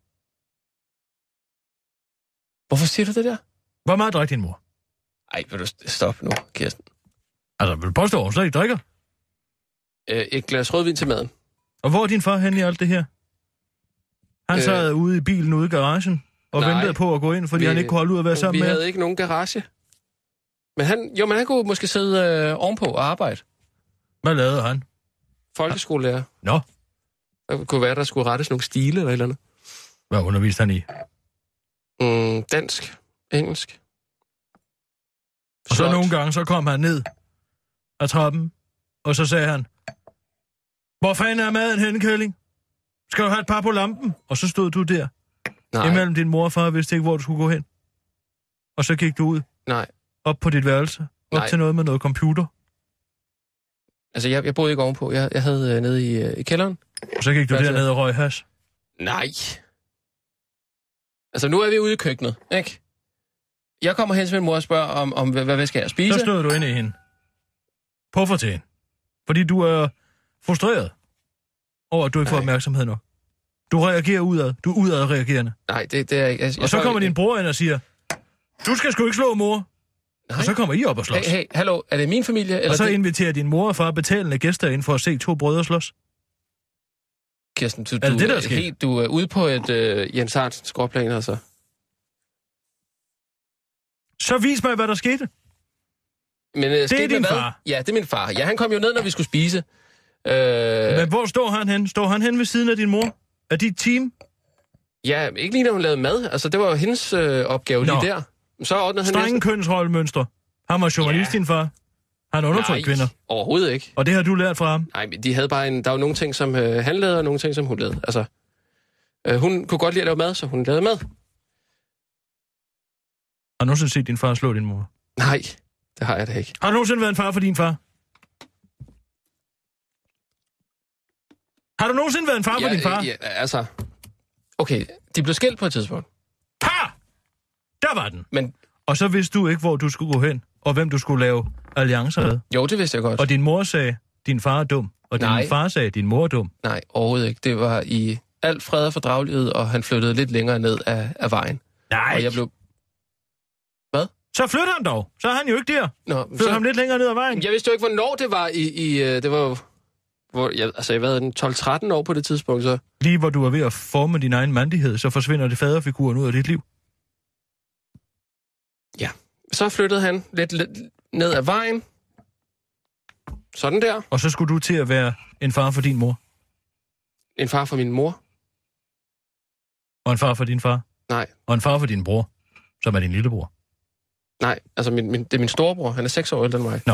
Hvorfor siger du det der? Hvor meget drik din mor? Ej, vil du stoppe nu, Kirsten? Altså, vil du påstå, at hun slet ikke drikker? Øh, et glas rødvin til maden. Og hvor er din far henne i alt det her? Han øh, sad ude i bilen ude i garagen og nej, ventede på at gå ind, fordi vi, han ikke kunne holde ud at være sammen vi med. Vi havde ikke nogen garage. Men han, jo, men han kunne måske sidde øh, ovenpå og arbejde. Hvad lavede han? Folkeskolelærer. Nå. Der kunne være, der skulle rettes nogle stile eller et eller andet. Hvad underviste han i? Mm, dansk. Engelsk. Og så nogle gange, så kom han ned af trappen, og så sagde han, hvor fanden er maden henne, kælling? Skal du have et par på lampen? Og så stod du der. Nej. Imellem din mor og far vidste ikke, hvor du skulle gå hen. Og så gik du ud. Nej. Op på dit værelse. Op Nej. til noget med noget computer. Altså, jeg, jeg boede ikke ovenpå. Jeg, jeg havde øh, nede i, øh, i kælderen. Og så gik du dernede og røg hash? Nej. Altså, nu er vi ude i køkkenet, ikke? Jeg kommer hen til min mor og spørger, om, om hvad, hvad skal jeg spise? Så stod du inde i hende. Puffer til hende. Fordi du er frustreret over, at du ikke Nej. får opmærksomhed nok. Du reagerer udad. Du er udadreagerende. Nej, det, det er ikke... Altså, og så kommer jeg... din bror ind og siger, du skal sgu ikke slå mor. Nej. Og så kommer I op og slås. Hey, hey, hallo, er det min familie? Eller og så det... inviterer din mor og far betalende gæster ind for at se to brødre slås. Kirsten, du, er det du, det, der er helt, du er ude på et uh, Jens Arntzen skråplan, altså. Så vis mig, hvad der skete. Men, uh, det er din hvad? far. Ja, det er min far. Ja, han kom jo ned, når vi skulle spise. Uh... Men hvor står han hen? Står han hen ved siden af din mor? Er dit team? Ja, ikke lige når hun lavede mad. Altså, det var jo hendes øh, opgave Nå. lige der. Så ordnede han Strenge kønsrollemønstre. Han var journalist, ja. Din far. Han undertrykker kvinder. Overhovedet ikke. Og det har du lært fra ham? Nej, men de havde bare en... Der var nogle ting, som øh, han lavede, og nogle ting, som hun lavede. Altså, øh, hun kunne godt lide at lave mad, så hun lavede mad. Har du nogensinde set din far slå din mor? Nej, det har jeg da ikke. Har du nogensinde været en far for din far? Har du nogensinde været en far ja, for din far? Ja, altså... Okay, de blev skilt på et tidspunkt. Ha! Der var den. Men... Og så vidste du ikke, hvor du skulle gå hen, og hvem du skulle lave alliancer med. Jo, det vidste jeg godt. Og din mor sagde, din far er dum. Og Nej. din far sagde, din mor er dum. Nej, overhovedet ikke. Det var i alt fred og fordragelighed, og han flyttede lidt længere ned af, af vejen. Nej. Og jeg blev... Hvad? Så flytter han dog. Så er han jo ikke der. Nå, Flytter så... ham lidt længere ned ad vejen. Jeg vidste jo ikke, hvornår det var i... i det var hvor jeg, altså, jeg var tolv tretten år på det tidspunkt, så... Lige hvor du er ved at forme din egen mandighed, så forsvinder det faderfiguren ud af dit liv. Ja. Så flyttede han lidt, lidt ned ad vejen. Sådan der. Og så skulle du til at være en far for din mor. En far for min mor. Og en far for din far. Nej. Og en far for din bror, som er din lillebror. Nej, altså min, min, det er min storebror. Han er seks år ældre end mig. Nå.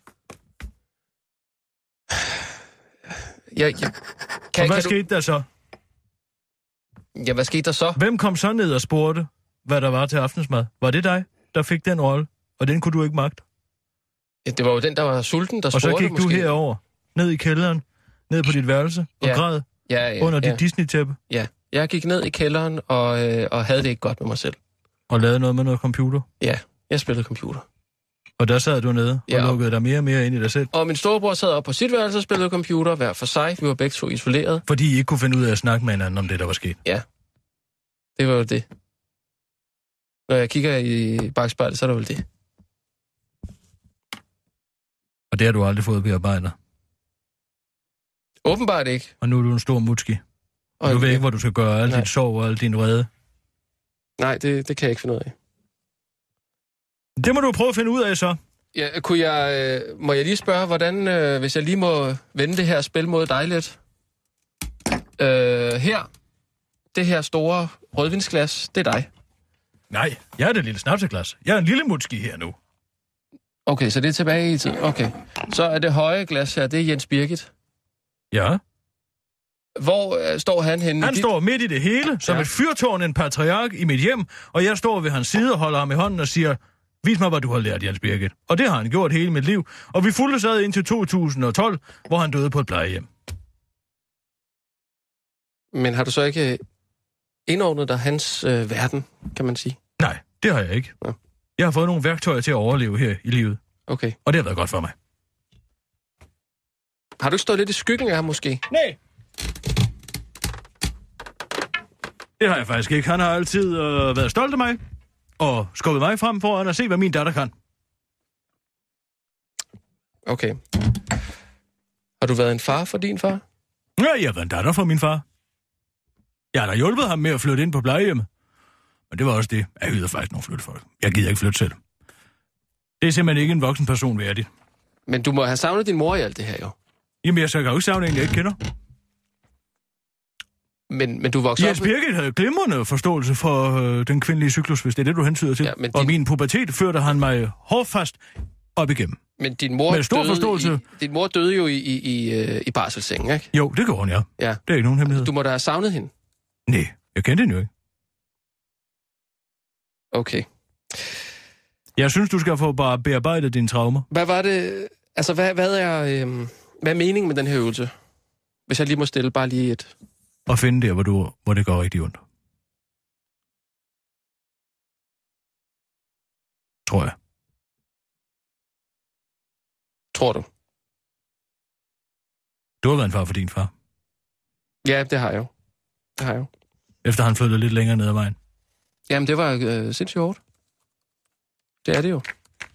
Ja, ja. Kan, og hvad kan skete du... der så? Ja, hvad skete der så? Hvem kom så ned og spurgte, hvad der var til aftensmad? Var det dig, der fik den rolle? Og den kunne du ikke magte? Ja, det var jo den, der var sulten, der spurgte. Og så gik måske. du herover, ned i kælderen, ned på dit værelse og ja. græd ja, ja, under ja. dit Disney-tæppe. Ja, jeg gik ned i kælderen og, øh, og havde det ikke godt med mig selv. Og lavede noget med noget computer? Ja, jeg spillede computer. Og der sad du nede og ja, lukkede dig mere og mere ind i dig selv? Og min storebror sad op på sit værelse og spillede computer hver for sig. Vi var begge to isoleret. Fordi I ikke kunne finde ud af at snakke med hinanden om det, der var sket? Ja, det var jo det. Når jeg kigger i bagspejlet, så er det vel det. Og det har du aldrig fået bearbejdet? Åbenbart ikke. Og nu er du en stor mutski. Og, og du ved ikke, hvor du skal gøre al din sorg og al din vrede? Nej, det, det kan jeg ikke finde ud af. Det må du prøve at finde ud af så. Ja, kunne jeg, øh, må jeg lige spørge, hvordan, øh, hvis jeg lige må vende det her spil mod dig lidt? Øh, her, det her store rødvinsglas, det er dig. Nej, jeg er det lille snapseglas. Jeg er en lille mutski her nu. Okay, så det er tilbage i tid. Okay, så er det høje glas her, det er Jens Birgit. Ja. Hvor øh, står han henne? Han dit... står midt i det hele, som ja. et fyrtårn, en patriark i mit hjem, og jeg står ved hans side og holder ham i hånden og siger, vis mig, hvad du har lært, Jens Birgit. Og det har han gjort hele mit liv, og vi fulgte sad indtil to tusind og tolv, hvor han døde på et plejehjem. Men har du så ikke indordnet dig hans øh, verden, kan man sige? Nej, det har jeg ikke. Ja. Jeg har fået nogle værktøjer til at overleve her i livet. Okay. Og det har været godt for mig. Har du ikke stået lidt i skyggen af ham måske? Nej. Det har jeg faktisk ikke. Han har altid øh, været stolt af mig, og skubbet mig frem foran at se, hvad min datter kan. Okay. Har du været en far for din far? Ja, jeg har været en datter for min far. Jeg har da hjulpet ham med at flytte ind på plejehjemmet. Men det var også det. Jeg hyder faktisk nogle flyttefolk. Jeg gider ikke flytte selv. Det er simpelthen ikke en voksen person værdigt. Men du må have savnet din mor i alt det her, jo. Jamen, jeg så kan jo ikke savne en, jeg ikke kender. Men, men du voksede Jens op... Birgit havde glimrende forståelse for øh, den kvindelige cyklus, hvis det er det, du hentyder til. Ja, din... Og min pubertet førte han mig hårdfast op igennem. Men din mor, med stor døde forståelse... i, din mor døde jo i, i, i, i barselssengen, ikke? Jo, det gjorde hun, ja. ja. Det er ikke nogen hemmelighed. Du må da have savnet hende. Nej, jeg kendte hende jo ikke. Okay. Jeg synes, du skal få bare bearbejdet dine traumer. Hvad var det... Altså, hvad, hvad er... Øhm, hvad er meningen med den her øvelse? Hvis jeg lige må stille bare lige et... Og finde der, hvor, du, hvor det går rigtig ondt. Tror jeg. Tror du? Du har været en far for din far. Ja, det har jeg jo. Det har jeg jo. Efter han flyttede lidt længere ned ad vejen. Jamen, det var øh, sindssygt hårdt. Det er det jo.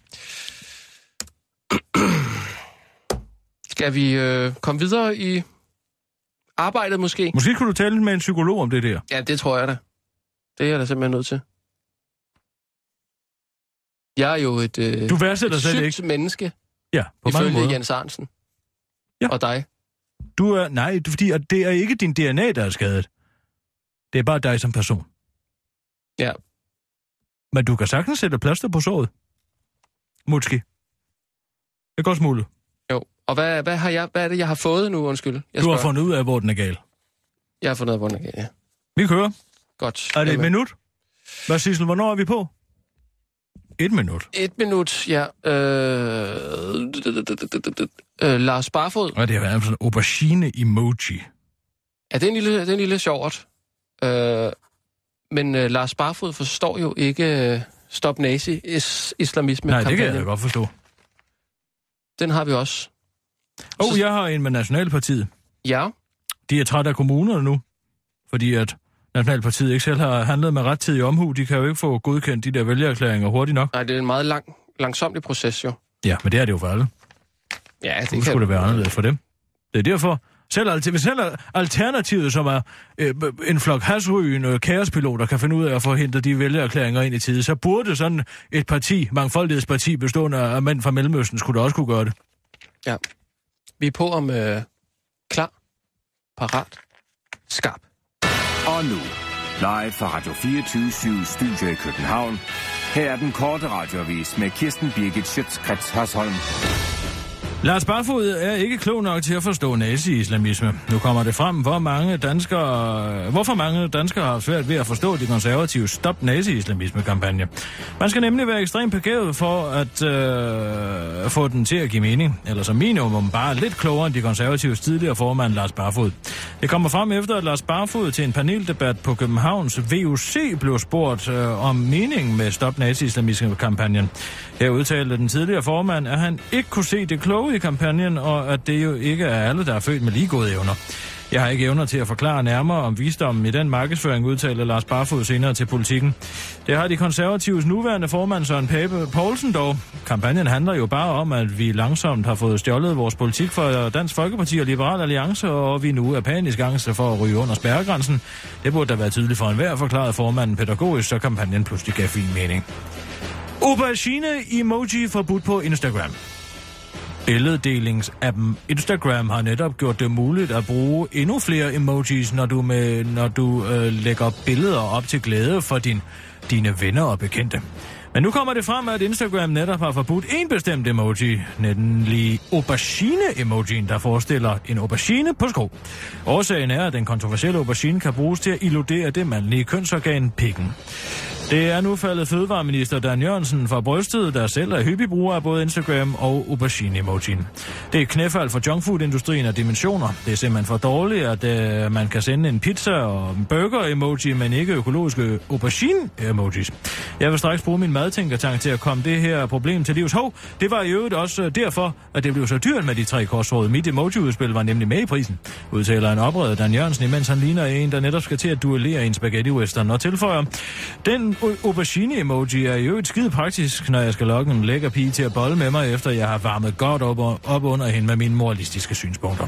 Skal vi øh, komme videre i arbejdet måske? Måske kunne du tale med en psykolog om det der. Ja, det tror jeg da. Det er jeg da simpelthen nødt til. Jeg er jo et, øh, du et sygt ikke. menneske. Ja, på mange måder. Ifølge Jens Arnsen. Ja. Og dig. Du er, nej, fordi det er ikke din D N A, der er skadet. Det er bare dig som person. Ja. Men du kan sagtens sætte plaster på såret. Måske. Det er godt smule. Jo, og hvad, hvad, har jeg, hvad er det, jeg har fået nu, undskyld? Jeg du har fundet ud af, hvor den er gal. Jeg har fundet ud af, hvor den er gal, ja. Vi kører. Godt. Er det et minut? Hvad, Sissel, hvornår er vi på? Et minut. Et minut, ja. Øh... Øh, Lars Barfod. Og det er sådan en aubergine-emoji. Ja, det er en lille, det er en lille sjovt. Øh... Men øh, Lars Barfod forstår jo ikke øh, Stop Nazi-islamisme. Nej, det kan jeg da godt forstå. Den har vi også. Åh, oh, jeg har en med Nationalpartiet. Ja. De er trætte af kommunerne nu, fordi at Nationalpartiet ikke selv har handlet med rettidig omhu. De kan jo ikke få godkendt de der vælgererklæringer hurtigt nok. Nej, det er en meget lang, langsomlig proces, jo. Ja, men det er det jo for alle. Ja, det nu kan... skulle det være anderledes for dem. Det er derfor... Selv, hvis selv Alternativet, som er øh, en flok hasrygende kaospiloter, kan finde ud af at forhindre de vælgererklæringer ind i tide, så burde sådan et parti, mangfoldighedsparti bestående af mænd fra Mellemøsten, skulle da også kunne gøre det. Ja. Vi er på om øh, klar, parat, skarp. Og nu, live fra Radio fireogtyve syv Studio i København. Her er den korte radioavis med Kirsten Birgit Schøtz-Krets Hørsholm. Lars Barfod er ikke klog nok til at forstå nazi-islamisme. Nu kommer det frem, hvor mange danskere, hvorfor mange danskere har svært ved at forstå de konservative Stop Nazi-islamisme-kampagne. Man skal nemlig være ekstremt begavet for at øh, få den til at give mening, eller som minimum bare lidt klogere end de konservatives tidligere formand Lars Barfod. Det kommer frem efter, at Lars Barfod til en paneldebat på Københavns V U C blev spurgt øh, om meningen med Stop Nazi-islamisme-kampagnen. Her udtalte den tidligere formand, at han ikke kunne se det kloge i kampagnen, og at det jo ikke er alle, der er født med lige gode evner. Jeg har ikke evner til at forklare nærmere om visdommen i den markedsføring, udtalte Lars Barfod senere til Politikken. Det har de konservatives nuværende formand Søren Pape Poulsen dog. Kampagnen handler jo bare om, at vi langsomt har fået stjålet vores politik fra Dansk Folkeparti og Liberal Alliance, og vi nu er panisk angst for at ryge under spærregrænsen. Det burde da være tydeligt for enhver, forklarede formanden pædagogisk, så kampagnen pludselig gav fin mening. Aubergine-emoji forbudt på Instagram. Billeddelingsappen Instagram har netop gjort det muligt at bruge endnu flere emojis, når du, med, når du øh, lægger billeder op til glæde for din, dine venner og bekendte. Men nu kommer det frem, at Instagram netop har forbudt en bestemt emoji, nemlig aubergine-emojien, der forestiller en aubergine på sko. Årsagen er, at den kontroversielle aubergine kan bruges til at illudere det mandlige kønsorgan pikken. Det er nu faldet fødevareminister Dan Jørgensen fra brystet, der selv er hyppig bruger af både Instagram og aubergine-emojien. Det er et knæfald for junkfood-industrien af dimensioner. Det er simpelthen for dårligt, at øh, man kan sende en pizza og en burger-emoji, men ikke økologiske aubergine-emojis. Jeg vil straks bruge min madtænkertank til at komme det her problem til livs. Hov, det var i øvrigt også derfor, at det blev så dyrt med de tre korsråd. Mit emoji-udspil var nemlig med i prisen, udtaler en opredet Dan Jørgensen, imens han ligner en, der netop skal til at duellere en spaghetti-western og tilføjer. Den aubergine-emoji er jo et skide praktisk, når jeg skal lokke en lækker pige til at bolle med mig, efter jeg har varmet godt op, op under hende med mine moralistiske synspunkter.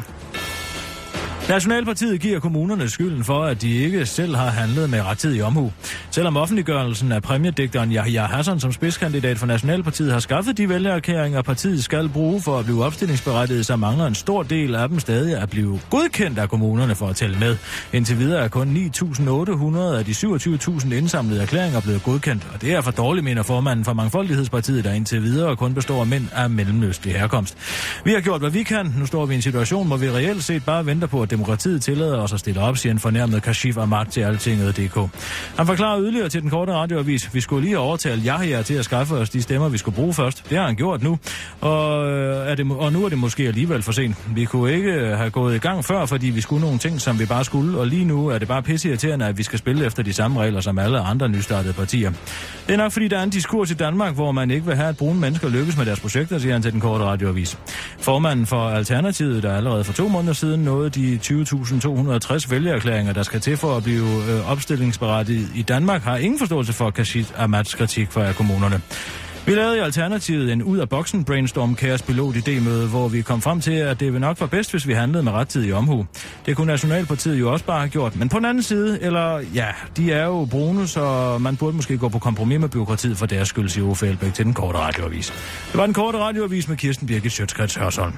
Nationalpartiet giver kommunerne skylden for, at de ikke selv har handlet med rettidig omhu. Selvom offentliggørelsen af præmiedigteren Yahya Hassan som spidskandidat for Nationalpartiet har skaffet de vælgererklæringer, partiet skal bruge for at blive opstillingsberettiget, så mangler en stor del af dem stadig at blive godkendt af kommunerne for at tælle med. Indtil videre er kun ni tusind otte hundrede af de syvogtyve tusind indsamlede erklæringer blevet godkendt, og det er for dårligt, mener formanden for Mangfoldighedspartiet, der indtil videre kun består af mænd af mellemøstlig herkomst. Vi har gjort, hvad vi kan. Nu står vi i en situation, hvor vi reelt set bare venter på, at demokratiet tillader os at stille op, siger en fornærmet Kashif Ahmad til altinget punktum d k. Han forklarer yderligere til den korte radioavis, vi skulle lige overtale Yahya til at skaffe os de stemmer, vi skulle bruge først. Det har han gjort nu, og, er det, og nu er det måske alligevel for sent. Vi kunne ikke have gået i gang før, fordi vi skulle nogle ting, som vi bare skulle, og lige nu er det bare pisseirriterende, at vi skal spille efter de samme regler som alle andre nystartede partier. Det er nok, fordi der er en diskurs i Danmark, hvor man ikke vil have, at brune mennesker lykkes med deres projekter, siger han til den korte radioavis. Formanden for Alternativet, der allerede for to måneder siden nåede de tyve tusind to hundrede og tres vælgererklæringer, der skal til for at blive øh, opstillingsberettiget i Danmark, har ingen forståelse for Kashif Ahmads kritik fra kommunerne. Vi lavede i Alternativet en ud-af-boksen brainstorm kaos pilot idémøde, hvor vi kom frem til, at det ville nok være bedst, hvis vi handlede med rettidig omhu. Det kunne Nationalpartiet jo også bare have gjort. Men på den anden side, eller ja, de er jo brune, så man burde måske gå på kompromis med byråkratiet for deres skyld, siger Uffe Elbæk til den korte radioavis. Det var den korte radioavis med Kirsten Birgit Schøtz-Krets Hørsholm.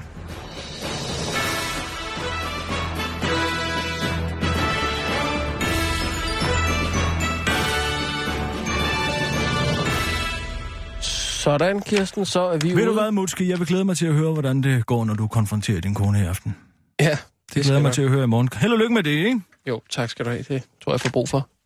Sådan, Kirsten, så er vi Ved ude. du hvad, Mutski? Jeg vil glæde mig til at høre, hvordan det går, når du konfronterer din kone i aften. Ja, det, det glæder mig til at høre i morgen. Held og lykke med det, ikke? Jo, tak skal du have. Det tror jeg, jeg får brug for.